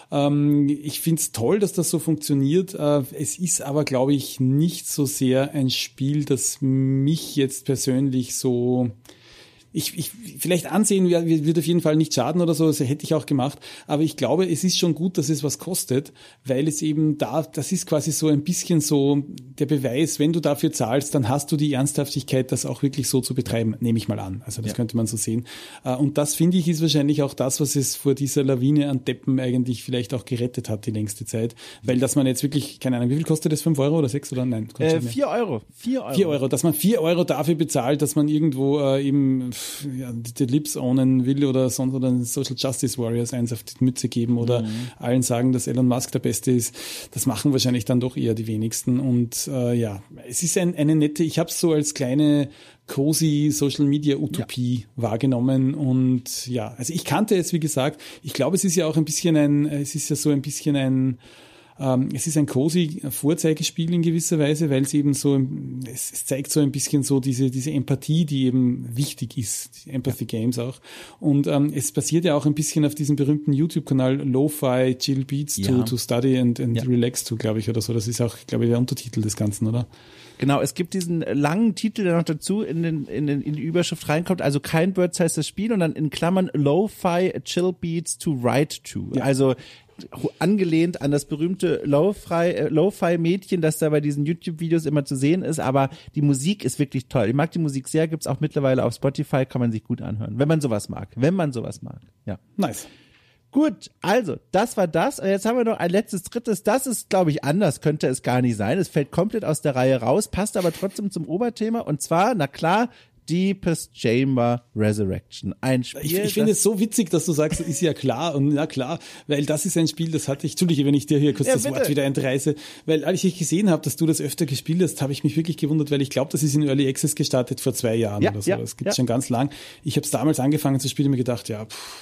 Ich finde es toll, dass das so funktioniert. Es ist aber, glaube ich, nicht so sehr ein Spiel, das mich jetzt persönlich so... Ich vielleicht ansehen wird auf jeden Fall nicht schaden oder so, das hätte ich auch gemacht, aber ich glaube, es ist schon gut, dass es was kostet, weil es eben das ist quasi so ein bisschen so der Beweis, wenn du dafür zahlst, dann hast du die Ernsthaftigkeit, das auch wirklich so zu betreiben, nehme ich mal an. Also das könnte man so sehen. Und das, finde ich, ist wahrscheinlich auch das, was es vor dieser Lawine an Deppen eigentlich vielleicht auch gerettet hat die längste Zeit, weil dass man jetzt wirklich, keine Ahnung, wie viel kostet das, 5 Euro oder 6 oder nein? 4 Euro. 4 Euro, dass man 4 Euro dafür bezahlt, dass man irgendwo eben die Lips ownen will oder sonst oder Social Justice Warriors eins auf die Mütze geben oder allen sagen, dass Elon Musk der Beste ist. Das machen wahrscheinlich dann doch eher die wenigsten. Und es ist eine nette, ich habe es so als kleine cozy Social Media Utopie wahrgenommen und also ich kannte es, wie gesagt. Ich glaube, es ist ja auch ein bisschen es ist ein cozy Vorzeigespiel in gewisser Weise, weil es eben so, es zeigt so ein bisschen so diese Empathie, die eben wichtig ist, die Empathy Games auch. Und es basiert ja auch ein bisschen auf diesem berühmten YouTube-Kanal Lo-Fi Chill Beats to Study and Relax to, glaube ich, oder so. Das ist auch, glaube ich, der Untertitel des Ganzen, oder? Genau, es gibt diesen langen Titel, der noch dazu in die Überschrift reinkommt. Also Kind Words heißt das Spiel und dann in Klammern Lo-Fi Chill Beats to Write to. Ja. Also angelehnt an das berühmte Lo-Fi-Mädchen, das da bei diesen YouTube-Videos immer zu sehen ist, aber die Musik ist wirklich toll. Ich mag die Musik sehr, gibt's auch mittlerweile auf Spotify, kann man sich gut anhören, wenn man sowas mag. Ja. Nice. Gut, also, das war das. Und jetzt haben wir noch ein letztes, drittes. Das ist, glaube ich, anders, könnte es gar nicht sein. Es fällt komplett aus der Reihe raus, passt aber trotzdem zum Oberthema. Und zwar, na klar, Deepest Chamber Resurrection. Ein Spiel. Ich finde es so witzig, dass du sagst, ist ja klar und na klar, weil das ist ein Spiel, das hatte ich, Entschuldige, wenn ich dir hier kurz das Wort wieder entreiße, weil als ich gesehen habe, dass du das öfter gespielt hast, habe ich mich wirklich gewundert, weil ich glaube, das ist in Early Access gestartet vor 2 Jahren oder so. Das gibt's schon ganz lang. Ich habe es damals angefangen zu spielen und mir gedacht,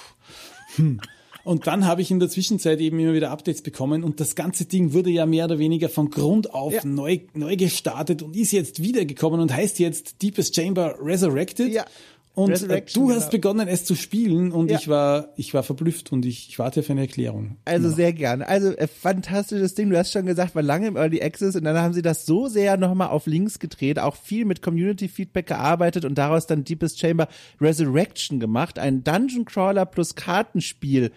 Und dann habe ich in der Zwischenzeit eben immer wieder Updates bekommen und das ganze Ding wurde ja mehr oder weniger von Grund auf neu gestartet und ist jetzt wiedergekommen und heißt jetzt Deepest Chamber Resurrected. Ja. Und du hast begonnen, es zu spielen und ich war verblüfft und ich warte auf eine Erklärung. Also sehr gerne. Also fantastisches Ding. Du hast schon gesagt, war lange im Early Access und dann haben sie das so sehr nochmal auf links gedreht, auch viel mit Community-Feedback gearbeitet und daraus dann Deepest Chamber Resurrection gemacht. Ein Dungeon Crawler plus Kartenspiel.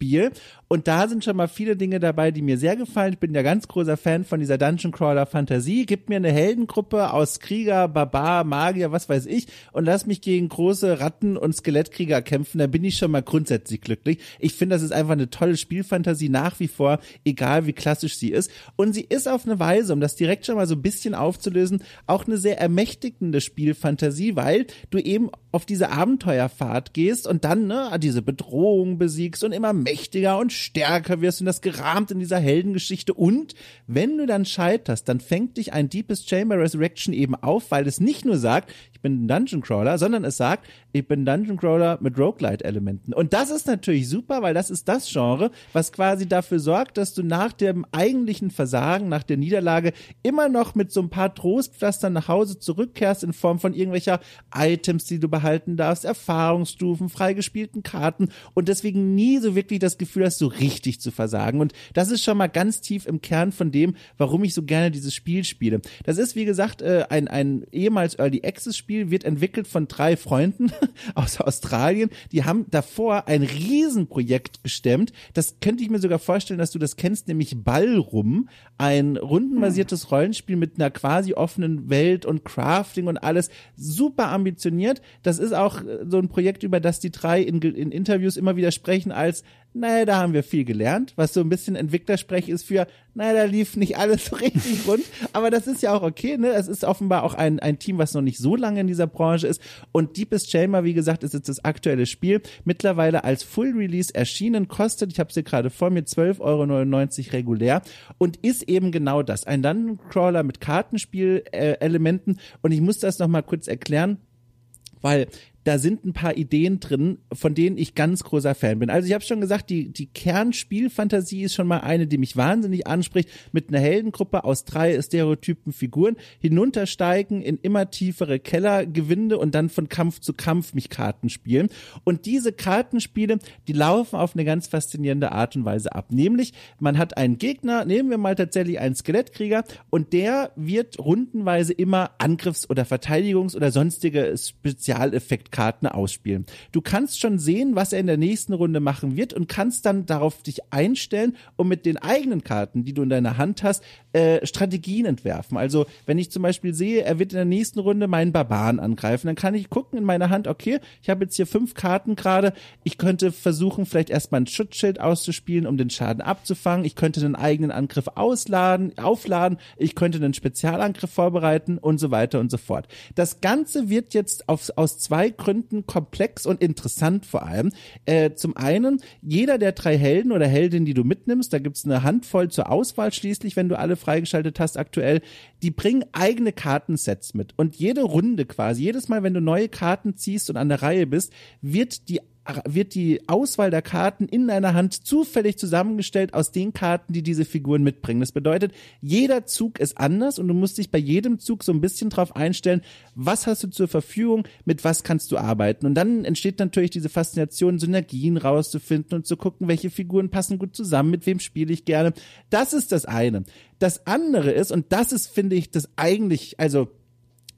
Und da sind schon mal viele Dinge dabei, die mir sehr gefallen. Ich bin ja ganz großer Fan von dieser Dungeon Crawler Fantasie. Gib mir eine Heldengruppe aus Krieger, Barbar, Magier, was weiß ich und lass mich gegen große Ratten und Skelettkrieger kämpfen. Da bin ich schon mal grundsätzlich glücklich. Ich finde, das ist einfach eine tolle Spielfantasie nach wie vor, egal wie klassisch sie ist. Und sie ist auf eine Weise, um das direkt schon mal so ein bisschen aufzulösen, auch eine sehr ermächtigende Spielfantasie, weil du eben auf diese Abenteuerfahrt gehst und dann diese Bedrohung besiegst und immer mächtiger und stärker wirst und das gerahmt in dieser Heldengeschichte. Und wenn du dann scheiterst, dann fängt dich ein Deepest Chamber Resurrection eben auf, weil es nicht nur sagt, ich bin ein Dungeon Crawler, sondern es sagt, ich bin ein Dungeon Crawler mit Roguelite-Elementen. Und das ist natürlich super, weil das ist das Genre, was quasi dafür sorgt, dass du nach dem eigentlichen Versagen, nach der Niederlage immer noch mit so ein paar Trostpflastern nach Hause zurückkehrst in Form von irgendwelcher Items, die du behalten darfst, Erfahrungsstufen, freigespielten Karten und deswegen nie so wirklich das Gefühl hast, so richtig zu versagen. Und das ist schon mal ganz tief im Kern von dem, warum ich so gerne dieses Spiel spiele. Das ist, wie gesagt, ein ehemals Early Access Spiel, wird entwickelt von 3 Freunden aus Australien. Die haben davor ein Riesenprojekt gestemmt. Das könnte ich mir sogar vorstellen, dass du das kennst, nämlich Ballrum. Ein rundenbasiertes Rollenspiel mit einer quasi offenen Welt und Crafting und alles. Super ambitioniert. Das ist auch so ein Projekt, über das die 3 in Interviews immer wieder sprechen als naja, da haben wir viel gelernt, was so ein bisschen Entwicklersprech ist für, naja, da lief nicht alles so richtig rund, aber das ist ja auch okay, ne? Es ist offenbar auch ein Team, was noch nicht so lange in dieser Branche ist und Deepest Chamber, wie gesagt, ist jetzt das aktuelle Spiel, mittlerweile als Full Release erschienen, kostet, ich habe es hier gerade vor mir, 12,99 € regulär und ist eben genau das, ein Dungeon Crawler mit Kartenspiel-Elementen und ich muss das nochmal kurz erklären, weil da sind ein paar Ideen drin, von denen ich ganz großer Fan bin. Also ich habe schon gesagt, die Kernspielfantasie ist schon mal eine, die mich wahnsinnig anspricht, mit einer Heldengruppe aus 3 stereotypen Figuren, hinuntersteigen in immer tiefere Kellergewinde und dann von Kampf zu Kampf mich Karten spielen. Und diese Kartenspiele, die laufen auf eine ganz faszinierende Art und Weise ab. Nämlich, man hat einen Gegner, nehmen wir mal tatsächlich einen Skelettkrieger, und der wird rundenweise immer Angriffs- oder Verteidigungs- oder sonstige Spezialeffekte Karten ausspielen. Du kannst schon sehen, was er in der nächsten Runde machen wird und kannst dann darauf dich einstellen und mit den eigenen Karten, die du in deiner Hand hast, Strategien entwerfen. Also wenn ich zum Beispiel sehe, er wird in der nächsten Runde meinen Barbaren angreifen, dann kann ich gucken in meiner Hand, okay, ich habe jetzt hier 5 Karten gerade, ich könnte versuchen, vielleicht erstmal ein Schutzschild auszuspielen, um den Schaden abzufangen, ich könnte einen eigenen Angriff aufladen, ich könnte einen Spezialangriff vorbereiten und so weiter und so fort. Das Ganze wird jetzt aus 2 Gründen komplex und interessant vor allem. Zum einen, jeder der 3 Helden oder Heldinnen, die du mitnimmst, da gibt's eine Handvoll zur Auswahl schließlich, wenn du alle freigeschaltet hast aktuell, die bringen eigene Kartensets mit. Und jede Runde quasi, jedes Mal, wenn du neue Karten ziehst und an der Reihe bist, wird die Auswahl der Karten in deiner Hand zufällig zusammengestellt aus den Karten, die diese Figuren mitbringen. Das bedeutet, jeder Zug ist anders und du musst dich bei jedem Zug so ein bisschen drauf einstellen, was hast du zur Verfügung, mit was kannst du arbeiten. Und dann entsteht natürlich diese Faszination, Synergien rauszufinden und zu gucken, welche Figuren passen gut zusammen, mit wem spiele ich gerne. Das ist das eine. Das andere ist, und das ist, finde ich, das eigentlich, also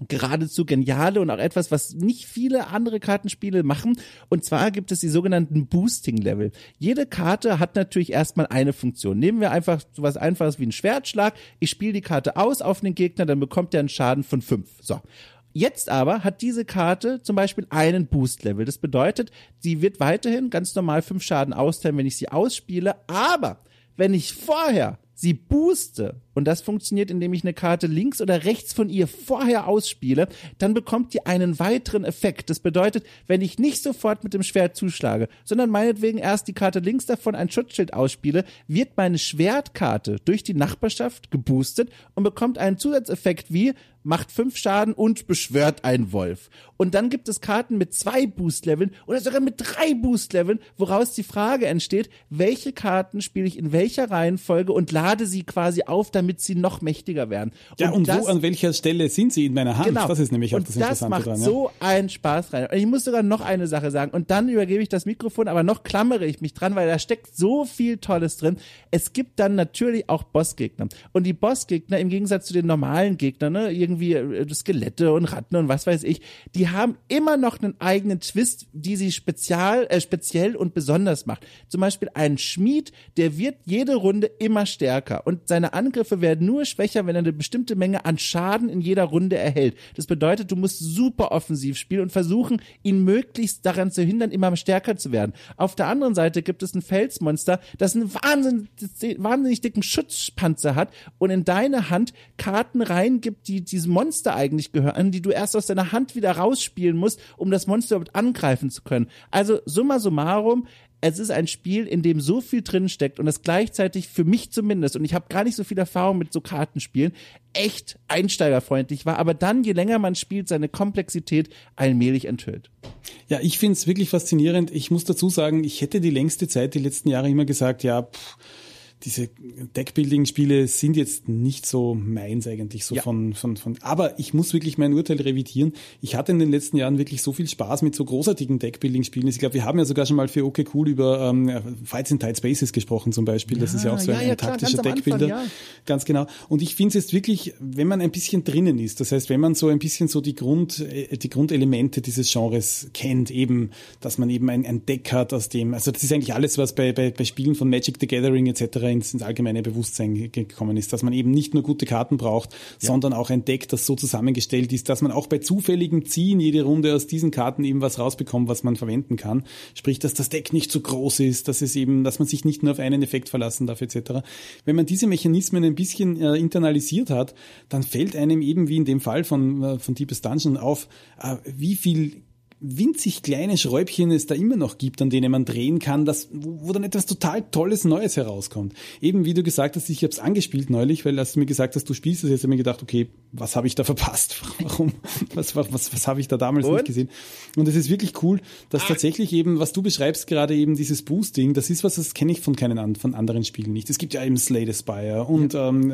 geradezu geniale und auch etwas, was nicht viele andere Kartenspiele machen. Und zwar gibt es die sogenannten Boosting-Level. Jede Karte hat natürlich erstmal eine Funktion. Nehmen wir einfach so was Einfaches wie einen Schwertschlag. Ich spiele die Karte aus auf den Gegner, dann bekommt er einen Schaden von 5. So. Jetzt aber hat diese Karte zum Beispiel einen Boost-Level. Das bedeutet, sie wird weiterhin ganz normal 5 Schaden austeilen, wenn ich sie ausspiele. Aber wenn ich vorher sie booste, und das funktioniert, indem ich eine Karte links oder rechts von ihr vorher ausspiele, dann bekommt die einen weiteren Effekt. Das bedeutet, wenn ich nicht sofort mit dem Schwert zuschlage, sondern meinetwegen erst die Karte links davon ein Schutzschild ausspiele, wird meine Schwertkarte durch die Nachbarschaft geboostet und bekommt einen Zusatzeffekt wie macht 5 Schaden und beschwört einen Wolf. Und dann gibt es Karten mit 2 Boost-Leveln oder sogar mit 3 Boost-Leveln, woraus die Frage entsteht, welche Karten spiele ich in welcher Reihenfolge und lade sie quasi auf, damit sie noch mächtiger werden. Ja, und wo, an welcher Stelle sind sie in meiner Hand? Genau. Das ist nämlich auch das Interessante dran. Das macht so einen Spaß rein. Und ich muss sogar noch eine Sache sagen. Und dann übergebe ich das Mikrofon, aber noch klammere ich mich dran, weil da steckt so viel Tolles drin. Es gibt dann natürlich auch Bossgegner. Und die Bossgegner, im Gegensatz zu den normalen Gegnern, ne, irgendwie Skelette und Ratten und was weiß ich, die haben immer noch einen eigenen Twist, die sie speziell und besonders macht. Zum Beispiel ein Schmied, der wird jede Runde immer stärker und seine Angriffe werden nur schwächer, wenn er eine bestimmte Menge an Schaden in jeder Runde erhält. Das bedeutet, du musst super offensiv spielen und versuchen, ihn möglichst daran zu hindern, immer stärker zu werden. Auf der anderen Seite gibt es ein Felsmonster, das einen wahnsinnig dicken Schutzpanzer hat und in deine Hand Karten reingibt, die diesem Monster eigentlich gehören, die du erst aus deiner Hand wieder rausspielen musst, um das Monster überhaupt angreifen zu können. Also summa summarum, es ist ein Spiel, in dem so viel drin steckt und es gleichzeitig für mich zumindest, und ich habe gar nicht so viel Erfahrung mit so Kartenspielen, echt einsteigerfreundlich war, aber dann, je länger man spielt, seine Komplexität allmählich enthüllt. Ja, ich finde es wirklich faszinierend. Ich muss dazu sagen, ich hätte die längste Zeit, die letzten Jahre immer gesagt, ja, diese Deckbuilding-Spiele sind jetzt nicht so meins eigentlich, so von, aber ich muss wirklich mein Urteil revidieren. Ich hatte in den letzten Jahren wirklich so viel Spaß mit so großartigen Deckbuilding-Spielen. Ich glaube, wir haben ja sogar schon mal für Okay Cool über Fights in Tight Spaces gesprochen zum Beispiel. Das ist ja auch so ein taktischer Deckbuilder. Ja. Ganz genau. Und ich finde es jetzt wirklich, wenn man ein bisschen drinnen ist, das heißt, wenn man so ein bisschen so die Grundelemente dieses Genres kennt, eben, dass man eben ein Deck hat, aus dem, also das ist eigentlich alles, was bei Spielen von Magic the Gathering etc. ins allgemeine Bewusstsein gekommen ist, dass man eben nicht nur gute Karten braucht, sondern auch ein Deck, das so zusammengestellt ist, dass man auch bei zufälligem Ziehen jede Runde aus diesen Karten eben was rausbekommt, was man verwenden kann. Sprich, dass das Deck nicht zu groß ist, dass man sich nicht nur auf einen Effekt verlassen darf, etc. Wenn man diese Mechanismen ein bisschen internalisiert hat, dann fällt einem eben wie in dem Fall von Deepest Dungeon auf, wie viel winzig kleine Schräubchen es da immer noch gibt, an denen man drehen kann, wo dann etwas total Tolles Neues herauskommt. Eben wie du gesagt hast, ich habe es angespielt neulich, weil als du mir gesagt hast, du spielst das jetzt, habe ich mir gedacht, okay, was habe ich da verpasst? Warum? Was habe ich da damals nicht gesehen? Und es ist wirklich cool, dass tatsächlich eben, was du beschreibst gerade eben dieses Boosting, das ist was, das kenne ich von anderen Spielen nicht. Es gibt ja eben Slay the Spire und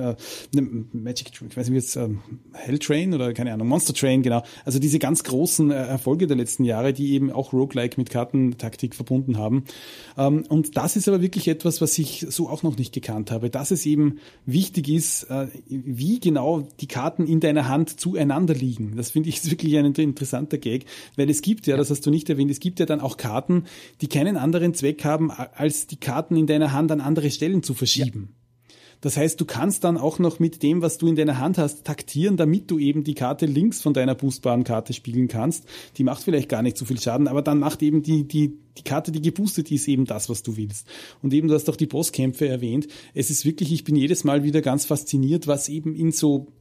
Magic, ich weiß nicht, wie jetzt Hell Train oder keine Ahnung, Monster Train, genau. Also diese ganz großen Erfolge der letzten Jahre, die eben auch Roguelike mit Kartentaktik verbunden haben. Und das ist aber wirklich etwas, was ich so auch noch nicht gekannt habe, dass es eben wichtig ist, wie genau die Karten in deiner Hand zueinander liegen. Das finde ich ist wirklich ein interessanter Gag, weil es gibt ja, das hast du nicht erwähnt, es gibt ja dann auch Karten, die keinen anderen Zweck haben, als die Karten in deiner Hand an andere Stellen zu verschieben. Ja. Das heißt, du kannst dann auch noch mit dem, was du in deiner Hand hast, taktieren, damit du eben die Karte links von deiner boostbaren Karte spielen kannst. Die macht vielleicht gar nicht so viel Schaden, aber dann macht eben die Karte, die geboostet ist, eben das, was du willst. Und eben, du hast auch die Bosskämpfe erwähnt. Es ist wirklich, ich bin jedes Mal wieder ganz fasziniert, was eben in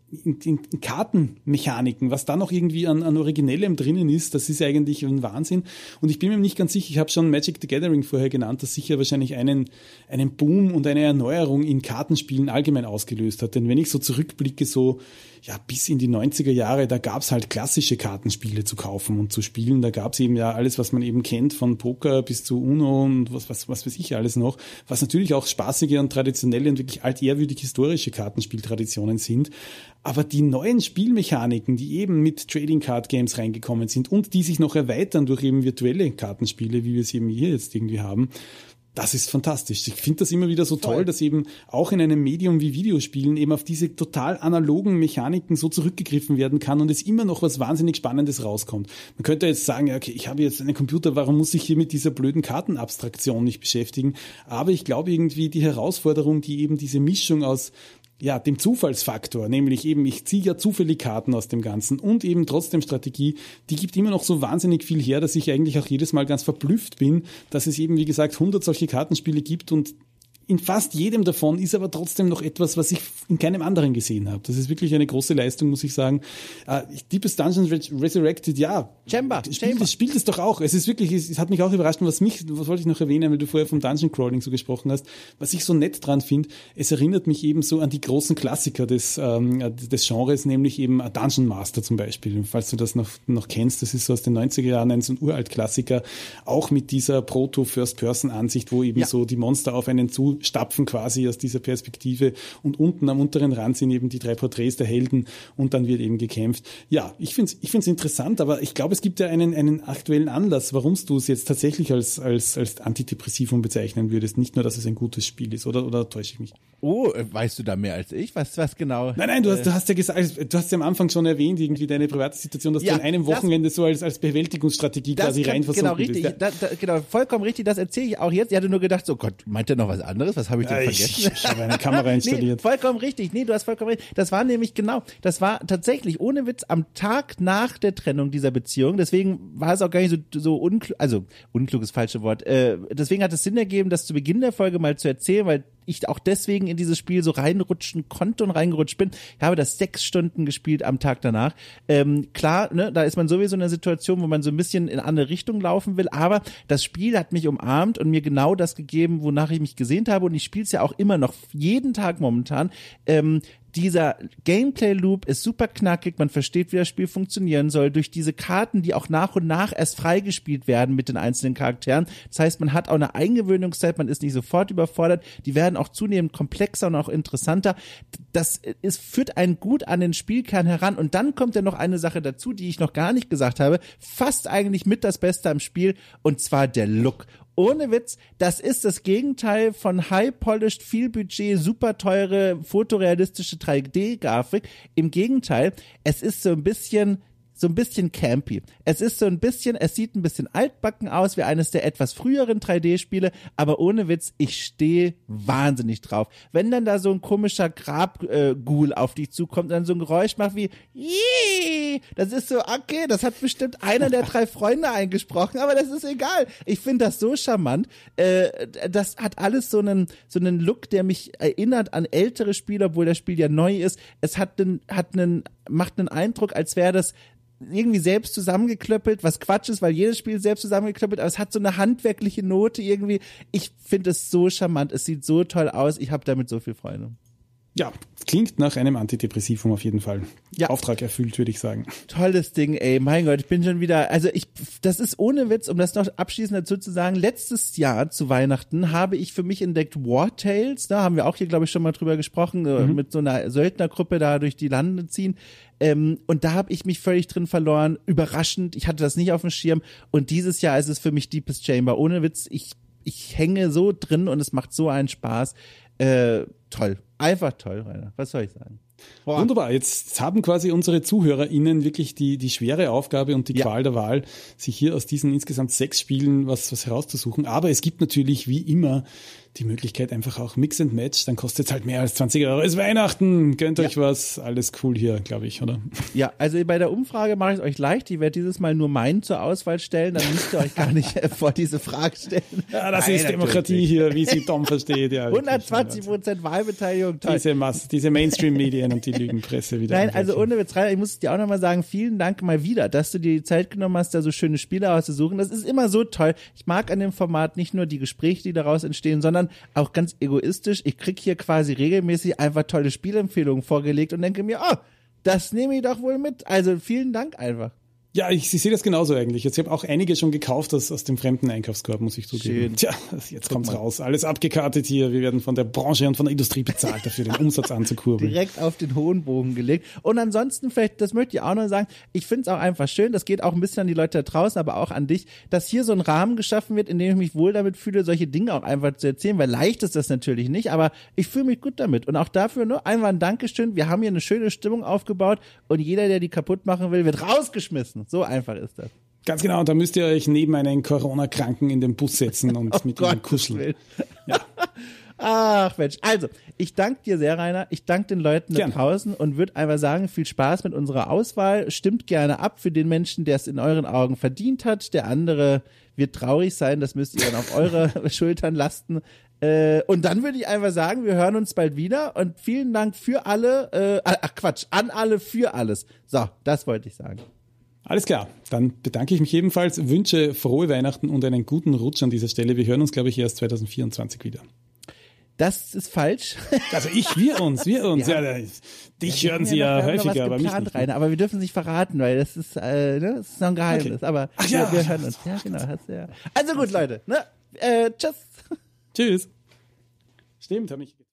Kartenmechaniken, was da noch irgendwie an Originellem drinnen ist, das ist eigentlich ein Wahnsinn. Und ich bin mir nicht ganz sicher, ich habe schon Magic the Gathering vorher genannt, das sicher wahrscheinlich einen Boom und eine Erneuerung in Kartenspielen allgemein ausgelöst hat. Denn wenn ich so zurückblicke, bis in die 90er Jahre, da gab's halt klassische Kartenspiele zu kaufen und zu spielen. Da gab's eben ja alles, was man eben kennt, von Poker bis zu Uno und was weiß ich alles noch, was natürlich auch spaßige und traditionelle und wirklich altehrwürdig historische Kartenspieltraditionen sind. Aber die neuen Spielmechaniken, die eben mit Trading Card Games reingekommen sind und die sich noch erweitern durch eben virtuelle Kartenspiele, wie wir es eben hier jetzt irgendwie haben, das ist fantastisch. Ich finde das immer wieder so toll, dass eben auch in einem Medium wie Videospielen eben auf diese total analogen Mechaniken so zurückgegriffen werden kann und es immer noch was wahnsinnig Spannendes rauskommt. Man könnte jetzt sagen, ja, okay, ich habe jetzt einen Computer, warum muss ich hier mit dieser blöden Kartenabstraktion nicht beschäftigen? Aber ich glaube irgendwie die Herausforderung, die eben diese Mischung aus dem Zufallsfaktor, nämlich eben, ich ziehe ja zufällig Karten aus dem Ganzen und eben trotzdem Strategie, die gibt immer noch so wahnsinnig viel her, dass ich eigentlich auch jedes Mal ganz verblüfft bin, dass es eben, wie gesagt, 100 solche Kartenspiele gibt und in fast jedem davon ist aber trotzdem noch etwas, was ich in keinem anderen gesehen habe. Das ist wirklich eine große Leistung, muss ich sagen. Deepest Dungeon Resurrected, spielt es doch auch. Es ist wirklich, es hat mich auch überrascht. Und was wollte ich noch erwähnen, weil du vorher vom Dungeon Crawling so gesprochen hast, was ich so nett dran finde, es erinnert mich eben so an die großen Klassiker des Genres, nämlich eben Dungeon Master zum Beispiel. Falls du das noch kennst, das ist so aus den 90er Jahren so ein Uralt-Klassiker, auch mit dieser Proto-First-Person-Ansicht, wo eben so die Monster auf einen stapfen quasi aus dieser Perspektive und unten am unteren Rand sind eben die 3 Porträts der Helden und dann wird eben gekämpft. Ja, ich find's interessant, aber ich glaube, es gibt ja einen aktuellen Anlass, warum du es jetzt tatsächlich als Antidepressivum bezeichnen würdest. Nicht nur, dass es ein gutes Spiel ist, oder täusche ich mich? Oh, weißt du da mehr als ich? Was genau? Nein, du hast ja gesagt, du hast ja am Anfang schon erwähnt, irgendwie deine private Situation, dass du an einem Wochenende so als Bewältigungsstrategie quasi rein versucht genau, richtig. Genau, vollkommen richtig, das erzähle ich auch jetzt. Ich hatte nur gedacht, so Gott, meint er noch was anderes? Was habe ich denn vergessen? Ich habe eine Kamera installiert. Nee, vollkommen richtig. Nee, du hast vollkommen recht. Das war nämlich das war tatsächlich ohne Witz am Tag nach der Trennung dieser Beziehung. Deswegen war es auch gar nicht so unklug, also unklug ist das falsche Wort. Deswegen hat es Sinn ergeben, das zu Beginn der Folge mal zu erzählen, weil ich auch deswegen in dieses Spiel so reinrutschen konnte und reingerutscht bin. Ich habe das 6 Stunden gespielt am Tag danach. Klar, ne, da ist man sowieso in einer Situation, wo man so ein bisschen in eine andere Richtung laufen will, aber das Spiel hat mich umarmt und mir genau das gegeben, wonach ich mich gesehnt habe und ich spiele es ja auch immer noch jeden Tag momentan. Dieser Gameplay-Loop ist super knackig, man versteht, wie das Spiel funktionieren soll, durch diese Karten, die auch nach und nach erst freigespielt werden mit den einzelnen Charakteren. Das heißt, man hat auch eine Eingewöhnungszeit, man ist nicht sofort überfordert, die werden auch zunehmend komplexer und auch interessanter. Führt einen gut an den Spielkern heran und dann kommt ja noch eine Sache dazu, die ich noch gar nicht gesagt habe, fast eigentlich mit das Beste am Spiel und zwar der Look. Ohne Witz, das ist das Gegenteil von high-polished, viel Budget, super teure, fotorealistische 3D-Grafik. Im Gegenteil, es ist so ein bisschen campy. Es sieht ein bisschen altbacken aus, wie eines der etwas früheren 3D-Spiele, aber ohne Witz, ich stehe wahnsinnig drauf. Wenn dann da so ein komischer Grabghoul auf dich zukommt und dann so ein Geräusch macht wie Yee! Das ist so, okay, das hat bestimmt einer der 3 Freunde eingesprochen, aber das ist egal. Ich finde das so charmant. Das hat alles so einen Look, der mich erinnert an ältere Spiele, obwohl das Spiel ja neu ist. Es macht einen Eindruck, als wäre das irgendwie selbst zusammengeklöppelt, was Quatsch ist, weil jedes Spiel selbst zusammengeklöppelt, aber es hat so eine handwerkliche Note irgendwie. Ich finde es so charmant, es sieht so toll aus, ich habe damit so viel Freude. Ja, klingt nach einem Antidepressivum auf jeden Fall. Ja. Auftrag erfüllt, würde ich sagen. Tolles Ding, ey, mein Gott, ich bin schon wieder, das ist ohne Witz, um das noch abschließend dazu zu sagen, letztes Jahr zu Weihnachten habe ich für mich entdeckt War Tales, da haben wir auch hier, glaube ich, schon mal drüber gesprochen, mit so einer Söldnergruppe da durch die Lande ziehen. Und da habe ich mich völlig drin verloren, überraschend, ich hatte das nicht auf dem Schirm und dieses Jahr ist es für mich Deepest Chamber, ohne Witz, ich hänge so drin und es macht so einen Spaß. Toll. Einfach toll, Rainer. Was soll ich sagen? Boah. Wunderbar. Jetzt haben quasi unsere ZuhörerInnen wirklich die schwere Aufgabe und die Qual der Wahl, sich hier aus diesen insgesamt 6 Spielen was herauszusuchen. Aber es gibt natürlich wie immer die Möglichkeit einfach auch Mix and Match. Dann kostet es halt mehr als 20 Euro. Es ist Weihnachten. Gönnt euch was. Alles cool hier, glaube ich, oder? Ja, also bei der Umfrage mache ich es euch leicht. Ich werde dieses Mal nur meinen zur Auswahl stellen. Dann müsst ihr euch gar nicht vor diese Frage stellen. Ja, das ist Demokratie hier, wie sie Tom versteht. Ja, 120% Wahlbeteiligung. Toll. Diese Mainstream-Medien und die Lügenpresse wieder. Nein, also ohne Witz, Rainer, ich muss es dir auch nochmal sagen, vielen Dank mal wieder, dass du dir die Zeit genommen hast, da so schöne Spiele auszusuchen. Das ist immer so toll. Ich mag an dem Format nicht nur die Gespräche, die daraus entstehen, sondern auch ganz egoistisch. Ich krieg hier quasi regelmäßig einfach tolle Spielempfehlungen vorgelegt und denke mir, oh, das nehme ich doch wohl mit. Also vielen Dank einfach. Ja, ich sehe das genauso eigentlich. Jetzt habe auch einige schon gekauft aus dem fremden Einkaufskorb, muss ich zugeben. Schön. Tja, jetzt kommt's raus. Alles abgekartet hier. Wir werden von der Branche und von der Industrie bezahlt dafür, den Umsatz anzukurbeln. Direkt auf den hohen Bogen gelegt. Und ansonsten vielleicht, das möchte ich auch noch sagen, ich finde es auch einfach schön, das geht auch ein bisschen an die Leute da draußen, aber auch an dich, dass hier so ein Rahmen geschaffen wird, in dem ich mich wohl damit fühle, solche Dinge auch einfach zu erzählen, weil leicht ist das natürlich nicht, aber ich fühle mich gut damit. Und auch dafür nur einmal ein Dankeschön. Wir haben hier eine schöne Stimmung aufgebaut und jeder, der die kaputt machen will, wird rausgeschmissen. So einfach ist das. Ganz genau, da müsst ihr euch neben einen Corona-Kranken in den Bus setzen und mit ihm kuscheln. Ja. Ach Mensch, also ich danke dir sehr, Rainer, ich danke den Leuten da draußen und würde einfach sagen, viel Spaß mit unserer Auswahl, stimmt gerne ab für den Menschen, der es in euren Augen verdient hat, der andere wird traurig sein, das müsst ihr dann auf eure Schultern lasten. Und dann würde ich einfach sagen, wir hören uns bald wieder und vielen Dank für alle, an alle für alles. So, das wollte ich sagen. Alles klar, dann bedanke ich mich ebenfalls, wünsche frohe Weihnachten und einen guten Rutsch an dieser Stelle. Wir hören uns, glaube ich, erst 2024 wieder. Das ist falsch. Also wir uns. Ja, dich hören sie ja häufiger, aber mich nicht. Rein, aber wir dürfen es nicht verraten, weil das ist, das ist noch ein Geheimnis. Okay. Aber wir hören uns. Ja, genau. Also gut, Leute. Ne? Tschüss. Tschüss. Stimmt, hab mich